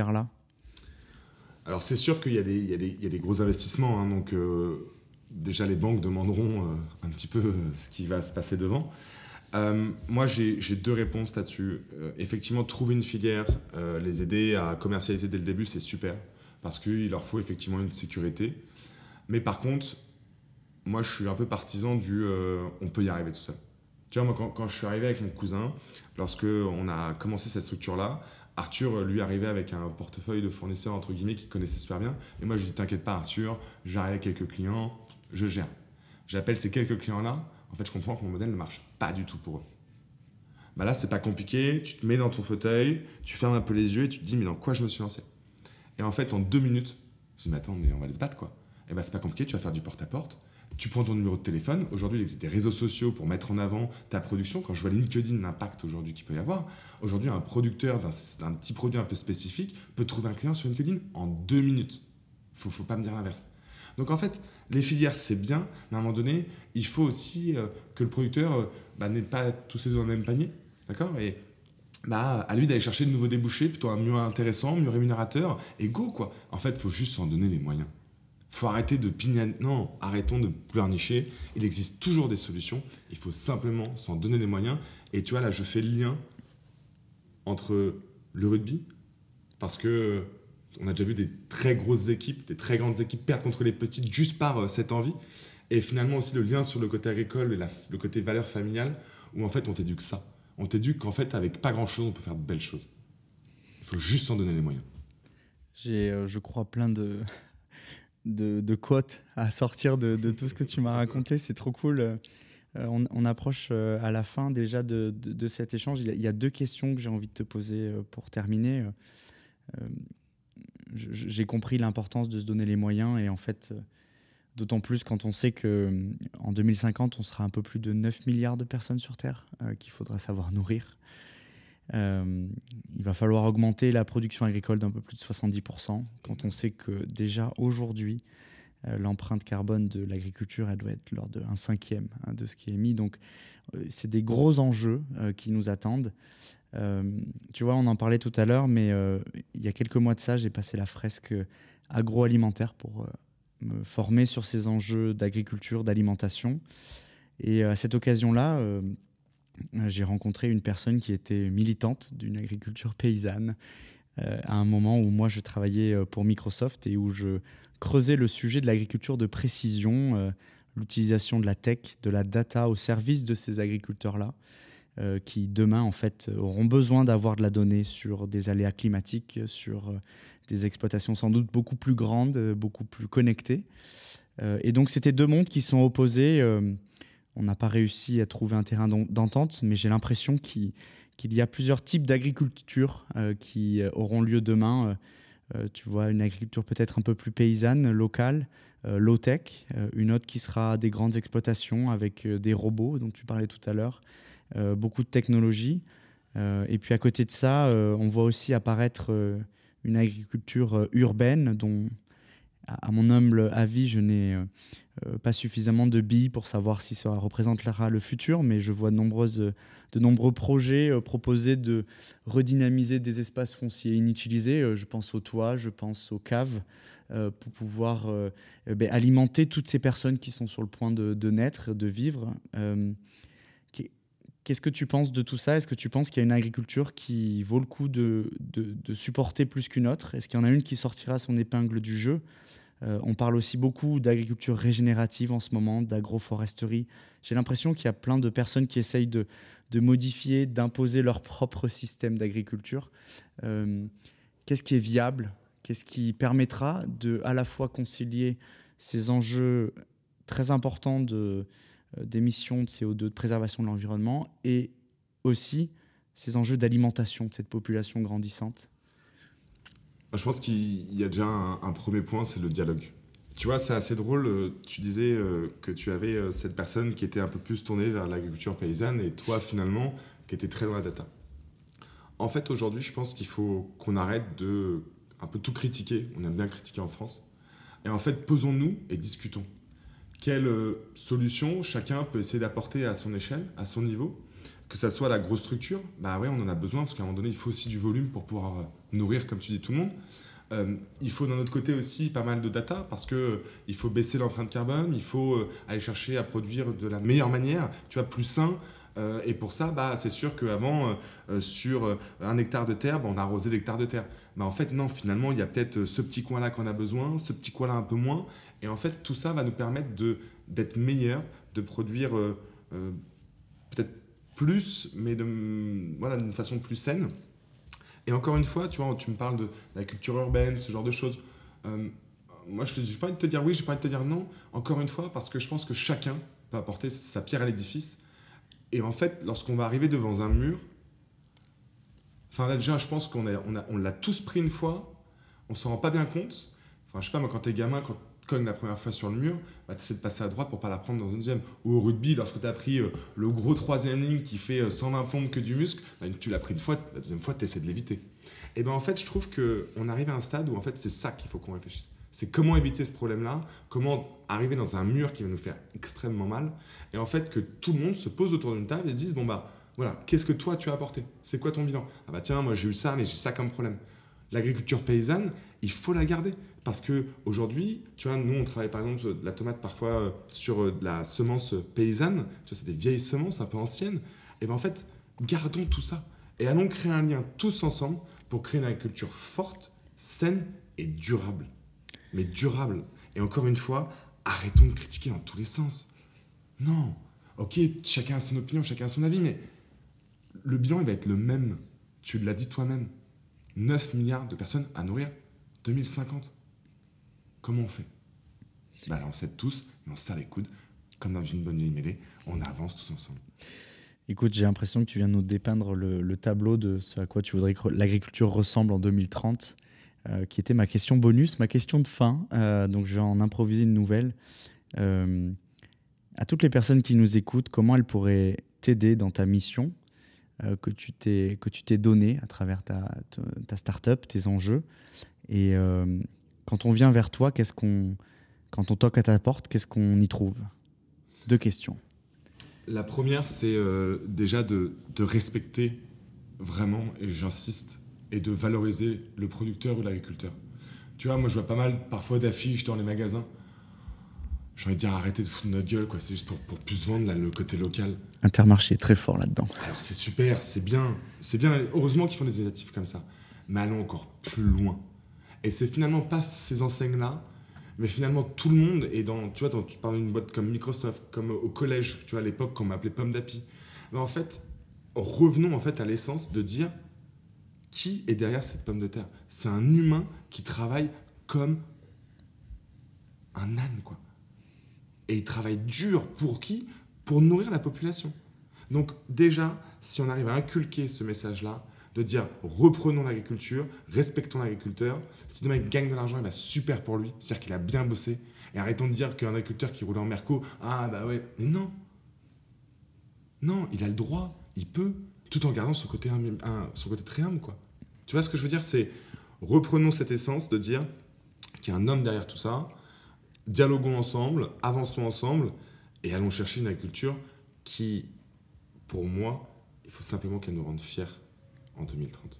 Alors c'est sûr qu'il y a des, il y a des, il y a des gros investissements, hein, donc... Euh... Déjà, les banques demanderont euh, un petit peu euh, ce qui va se passer devant. Euh, moi, j'ai, j'ai deux réponses là-dessus. Euh, effectivement, trouver une filière, euh, les aider à commercialiser dès le début, c'est super, parce qu'il leur faut effectivement une sécurité. Mais par contre, moi, je suis un peu partisan du euh, on peut y arriver tout seul. Tu vois, moi, quand, quand je suis arrivé avec mon cousin, lorsqu'on a commencé cette structure-là, Arthur, lui, arrivait avec un portefeuille de fournisseurs, entre guillemets, qu'il connaissait super bien. Et moi, je lui dis, t'inquiète pas, Arthur, je vais arriver avec quelques clients, je gère. J'appelle ces quelques clients-là, en fait, je comprends que mon modèle ne marche pas du tout pour eux. Bah là, c'est pas compliqué, tu te mets dans ton fauteuil, tu fermes un peu les yeux et tu te dis, mais dans quoi je me suis lancé ? Et en fait, en deux minutes, je me dis, mais attends, mais on va aller se battre, quoi. Et bah, c'est pas compliqué, tu vas faire du porte-à-porte. Tu prends ton numéro de téléphone. Aujourd'hui, il existe des réseaux sociaux pour mettre en avant ta production. Quand je vois LinkedIn, l'impact aujourd'hui qu'il peut y avoir, aujourd'hui, un producteur d'un, d'un petit produit un peu spécifique peut trouver un client sur LinkedIn en deux minutes. Il ne faut pas me dire l'inverse. Donc en fait, les filières, c'est bien, mais à un moment donné, il faut aussi euh, que le producteur euh, bah, n'ait pas tous ses œufs dans le même panier. D'accord ? Et bah, à lui d'aller chercher de nouveaux débouchés, plutôt un mieux intéressant, mieux rémunérateur, et go, quoi. En fait, il faut juste s'en donner les moyens. Il faut arrêter de pignaner. Non, arrêtons de pleurnicher. Il existe toujours des solutions. Il faut simplement s'en donner les moyens. Et tu vois, là, je fais le lien entre le rugby, parce que on a déjà vu des très grosses équipes, des très grandes équipes perdre contre les petites juste par euh, cette envie. Et finalement aussi le lien sur le côté agricole et la, le côté valeur familiale, où en fait on t'éduque ça. On t'éduque qu'en fait avec pas grand-chose on peut faire de belles choses. Il faut juste s'en donner les moyens. J'ai, euh, je crois, plein de, de, de quotes à sortir de, de tout ce que tu m'as raconté. C'est trop cool. Euh, on, on approche euh, à la fin déjà de, de, de cet échange. Il y, a, il y a deux questions que j'ai envie de te poser euh, pour terminer. Euh, j'ai compris l'importance de se donner les moyens et en fait, euh, d'autant plus quand on sait qu'en deux mille cinquante, on sera un peu plus de neuf milliards de personnes sur Terre euh, qu'il faudra savoir nourrir. Euh, il va falloir augmenter la production agricole d'un peu plus de soixante-dix pour cent quand on sait que déjà aujourd'hui, euh, l'empreinte carbone de l'agriculture, elle doit être lors d'un cinquième hein, de ce qui est émis. Donc, euh, c'est des gros enjeux euh, qui nous attendent. Euh, tu vois, on en parlait tout à l'heure, mais euh, il y a quelques mois de ça, j'ai passé la fresque agroalimentaire pour euh, me former sur ces enjeux d'agriculture, d'alimentation. Et à cette occasion-là, euh, j'ai rencontré une personne qui était militante d'une agriculture paysanne euh, à un moment où moi je travaillais pour Microsoft et où je creusais le sujet de l'agriculture de précision, euh, l'utilisation de la tech, de la data au service de ces agriculteurs-là. Euh, qui demain en fait auront besoin d'avoir de la donnée sur des aléas climatiques, sur euh, des exploitations sans doute beaucoup plus grandes, euh, beaucoup plus connectées. Euh, et donc c'était deux mondes qui sont opposés. Euh, on n'a pas réussi à trouver un terrain d'entente, mais j'ai l'impression qu'il, qu'il y a plusieurs types d'agriculture euh, qui auront lieu demain. Euh, tu vois, une agriculture peut-être un peu plus paysanne, locale, euh, low-tech, euh, une autre qui sera des grandes exploitations avec euh, des robots dont tu parlais tout à l'heure. Euh, beaucoup de technologies. Euh, et puis à côté de ça, euh, on voit aussi apparaître euh, une agriculture euh, urbaine dont, à, à mon humble avis, je n'ai euh, pas suffisamment de billes pour savoir si ça représentera le futur, mais je vois de, nombreuses, de nombreux projets euh, proposer de redynamiser des espaces fonciers inutilisés. Euh, je pense aux toits, je pense aux caves, euh, pour pouvoir euh, eh bien, alimenter toutes ces personnes qui sont sur le point de, de naître, de vivre. Euh, Qu'est-ce que tu penses de tout ça? Est-ce que tu penses qu'il y a une agriculture qui vaut le coup de, de, de supporter plus qu'une autre? Est-ce qu'il y en a une qui sortira son épingle du jeu? euh, On parle aussi beaucoup d'agriculture régénérative en ce moment, d'agroforesterie. J'ai l'impression qu'il y a plein de personnes qui essayent de, de modifier, d'imposer leur propre système d'agriculture. Euh, qu'est-ce qui est viable? Qu'est-ce qui permettra de à la fois concilier ces enjeux très importants de d'émissions de C O deux, de préservation de l'environnement et aussi ces enjeux d'alimentation de cette population grandissante? Je pense qu'il y a déjà un, un premier point, c'est le dialogue. Tu vois, c'est assez drôle, tu disais euh, que tu avais euh, cette personne qui était un peu plus tournée vers l'agriculture paysanne et toi finalement qui était très dans la data. En fait, aujourd'hui, je pense qu'il faut qu'on arrête de un peu tout critiquer, on aime bien critiquer en France, et en fait, posons-nous et discutons. Quelle solution chacun peut essayer d'apporter à son échelle, à son niveau, que ça soit la grosse structure, bah ouais, on en a besoin parce qu'à un moment donné, il faut aussi du volume pour pouvoir euh, nourrir, comme tu dis, tout le monde. Euh, il faut d'un autre côté aussi pas mal de data parce que euh, il faut baisser l'empreinte carbone, il faut euh, aller chercher à produire de la meilleure manière, tu vois, plus sain. Euh, et pour ça, bah, c'est sûr qu'avant, euh, euh, sur euh, un hectare de terre, bah, on arrosait l'hectare de terre. Bah, en fait, non, finalement, il y a peut-être ce petit coin-là qu'on a besoin, ce petit coin-là un peu moins. Et en fait, tout ça va nous permettre de, d'être meilleurs, de produire euh, euh, peut-être plus, mais de, voilà, d'une façon plus saine. Et encore une fois, tu vois, tu me parles de la culture urbaine, ce genre de choses. Euh, moi, je n'ai pas envie de te dire oui, je n'ai pas envie de te dire non. Encore une fois, parce que je pense que chacun peut apporter sa pierre à l'édifice. Et en fait, lorsqu'on va arriver devant un mur, enfin là déjà, je pense qu'on a, on a, on l'a tous pris une fois, on s'en rend pas bien compte. Enfin, je sais pas, moi, quand t'es gamin, quand tu cognes la première fois sur le mur, bah, tu essaies de passer à droite pour pas la prendre dans une deuxième. Ou au rugby, lorsque tu as pris euh, le gros troisième ligne qui fait euh, cent vingt pompes que du muscle, bah, tu l'as pris une fois, la deuxième fois, tu essaies de l'éviter. Et bien en fait, je trouve qu'on arrive à un stade où en fait, c'est ça qu'il faut qu'on réfléchisse. C'est comment éviter ce problème-là, comment arriver dans un mur qui va nous faire extrêmement mal, et en fait que tout le monde se pose autour d'une table et se dise, bon bah, voilà, qu'est-ce que toi tu as apporté? C'est quoi ton bilan? Ah bah tiens, moi j'ai eu ça, mais j'ai ça comme problème. L'agriculture paysanne, il faut la garder, parce qu'aujourd'hui, tu vois, nous on travaille par exemple de la tomate parfois sur de la semence paysanne, tu vois, c'est des vieilles semences un peu anciennes, et bien en fait, gardons tout ça, et allons créer un lien tous ensemble pour créer une agriculture forte, saine et durable. Mais durable. Et encore une fois, arrêtons de critiquer dans tous les sens. Non. Ok, chacun a son opinion, chacun a son avis, mais le bilan, il va être le même. Tu l'as dit toi-même. neuf milliards de personnes à nourrir. deux mille cinquante. Comment on fait? Bah là, on s'aide tous et on se serre les coudes comme dans une bonne vieille mêlée, on avance tous ensemble. Écoute, j'ai l'impression que tu viens de nous dépeindre le, le tableau de ce à quoi tu voudrais que l'agriculture ressemble en deux mille trente, euh, qui était ma question bonus, ma question de fin. Euh, donc, je vais en improviser une nouvelle. Euh, à toutes les personnes qui nous écoutent, comment elles pourraient t'aider dans ta mission euh, que tu t'es, que tu t'es donnée à travers ta, ta, ta start-up, tes enjeux. Et euh, quand on vient vers toi, qu'est-ce qu'on, quand on toque à ta porte, qu'est-ce qu'on y trouve ? Deux questions. La première, c'est euh, déjà de, de respecter vraiment, et j'insiste, et de valoriser le producteur ou l'agriculteur. Tu vois, moi je vois pas mal parfois d'affiches dans les magasins. J'ai envie de dire arrêtez de foutre notre gueule, quoi. C'est juste pour, pour plus vendre là, le côté local. Intermarché est très fort là-dedans. Alors c'est super, c'est bien, c'est bien. Heureusement qu'ils font des initiatives comme ça. Mais allons encore plus loin. Et c'est finalement pas ces enseignes-là, mais finalement tout le monde est dans. Tu vois, dans, tu parles d'une boîte comme Microsoft, comme au collège, tu vois, à l'époque, qu'on m'appelait Pomme d'Api. Mais en fait, revenons en fait à l'essence de dire qui est derrière cette pomme de terre. C'est un humain qui travaille comme un âne, quoi. Et il travaille dur pour qui ? Pour nourrir la population. Donc déjà, si on arrive à inculquer ce message-là, de dire reprenons l'agriculture, respectons l'agriculteur, si demain il gagne de l'argent, il va super pour lui, c'est-à-dire qu'il a bien bossé, et arrêtons de dire qu'un agriculteur qui roule en Merco, ah bah ouais, mais non, non, il a le droit, il peut, tout en gardant son côté, hum, un, son côté très humble, quoi. Tu vois ce que je veux dire ? C'est reprenons cette essence de dire qu'il y a un homme derrière tout ça, dialoguons ensemble, avançons ensemble, et allons chercher une agriculture qui, pour moi, il faut simplement qu'elle nous rende fiers en deux mille trente.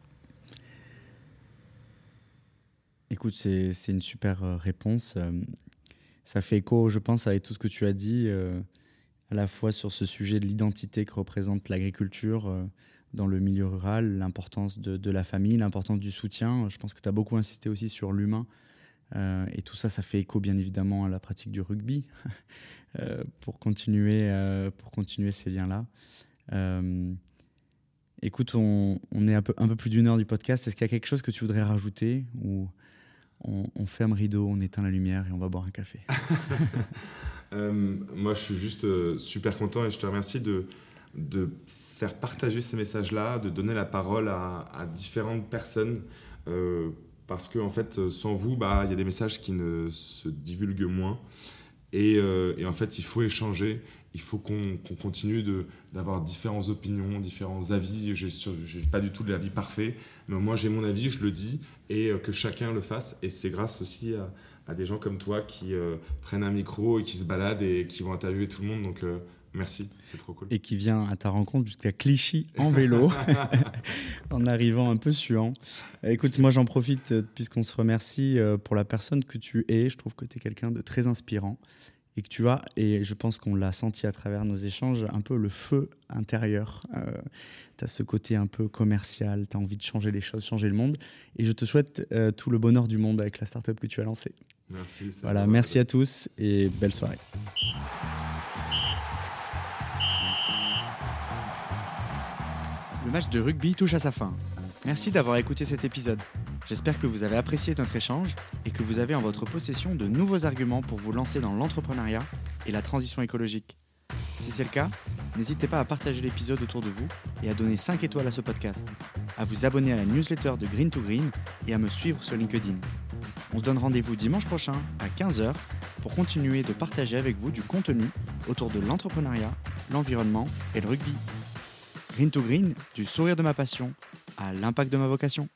Écoute, c'est, c'est une super euh, réponse. Euh, ça fait écho, je pense, avec tout ce que tu as dit, euh, à la fois sur ce sujet de l'identité que représente l'agriculture euh, dans le milieu rural, l'importance de, de la famille, l'importance du soutien. Je pense que tu as beaucoup insisté aussi sur l'humain. Euh, et tout ça, ça fait écho bien évidemment à la pratique du rugby euh, pour, continuer, euh, pour continuer ces liens-là. Euh, écoute, on, on est un peu, un peu plus d'une heure du podcast. Est-ce qu'il y a quelque chose que tu voudrais rajouter ou on, on ferme rideau, on éteint la lumière et on va boire un café? euh, Moi, je suis juste euh, super content et je te remercie de, de faire partager ces messages-là, de donner la parole à, à différentes personnes. Euh, Parce que en fait, sans vous, bah, y a des messages qui ne se divulguent moins. Et, euh, et en fait, il faut échanger. Il faut qu'on, qu'on continue de, d'avoir différentes opinions, différents avis. Je n'ai pas du tout l'avis parfait. Mais moi, j'ai mon avis, je le dis. Et euh, que chacun le fasse. Et c'est grâce aussi à, à des gens comme toi qui euh, prennent un micro et qui se baladent et qui vont interviewer tout le monde. Donc, euh, merci, c'est trop cool. Et qui vient à ta rencontre jusqu'à Clichy en vélo, en arrivant un peu suant. Écoute, moi j'en profite euh, puisqu'on se remercie euh, pour la personne que tu es. Je trouve que tu es quelqu'un de très inspirant et que tu as, et je pense qu'on l'a senti à travers nos échanges, un peu le feu intérieur. Euh, tu as ce côté un peu commercial, tu as envie de changer les choses, changer le monde. Et je te souhaite euh, tout le bonheur du monde avec la startup que tu as lancée. Merci. Voilà, merci à tous et belle soirée. Le match de rugby touche à sa fin. Merci d'avoir écouté cet épisode. J'espère que vous avez apprécié notre échange et que vous avez en votre possession de nouveaux arguments pour vous lancer dans l'entrepreneuriat et la transition écologique. Si c'est le cas, n'hésitez pas à partager l'épisode autour de vous et à donner cinq étoiles à ce podcast, à vous abonner à la newsletter de Green to Green et à me suivre sur LinkedIn. On se donne rendez-vous dimanche prochain à quinze heures pour continuer de partager avec vous du contenu autour de l'entrepreneuriat, l'environnement et le rugby. Green to Green, du sourire de ma passion à l'impact de ma vocation.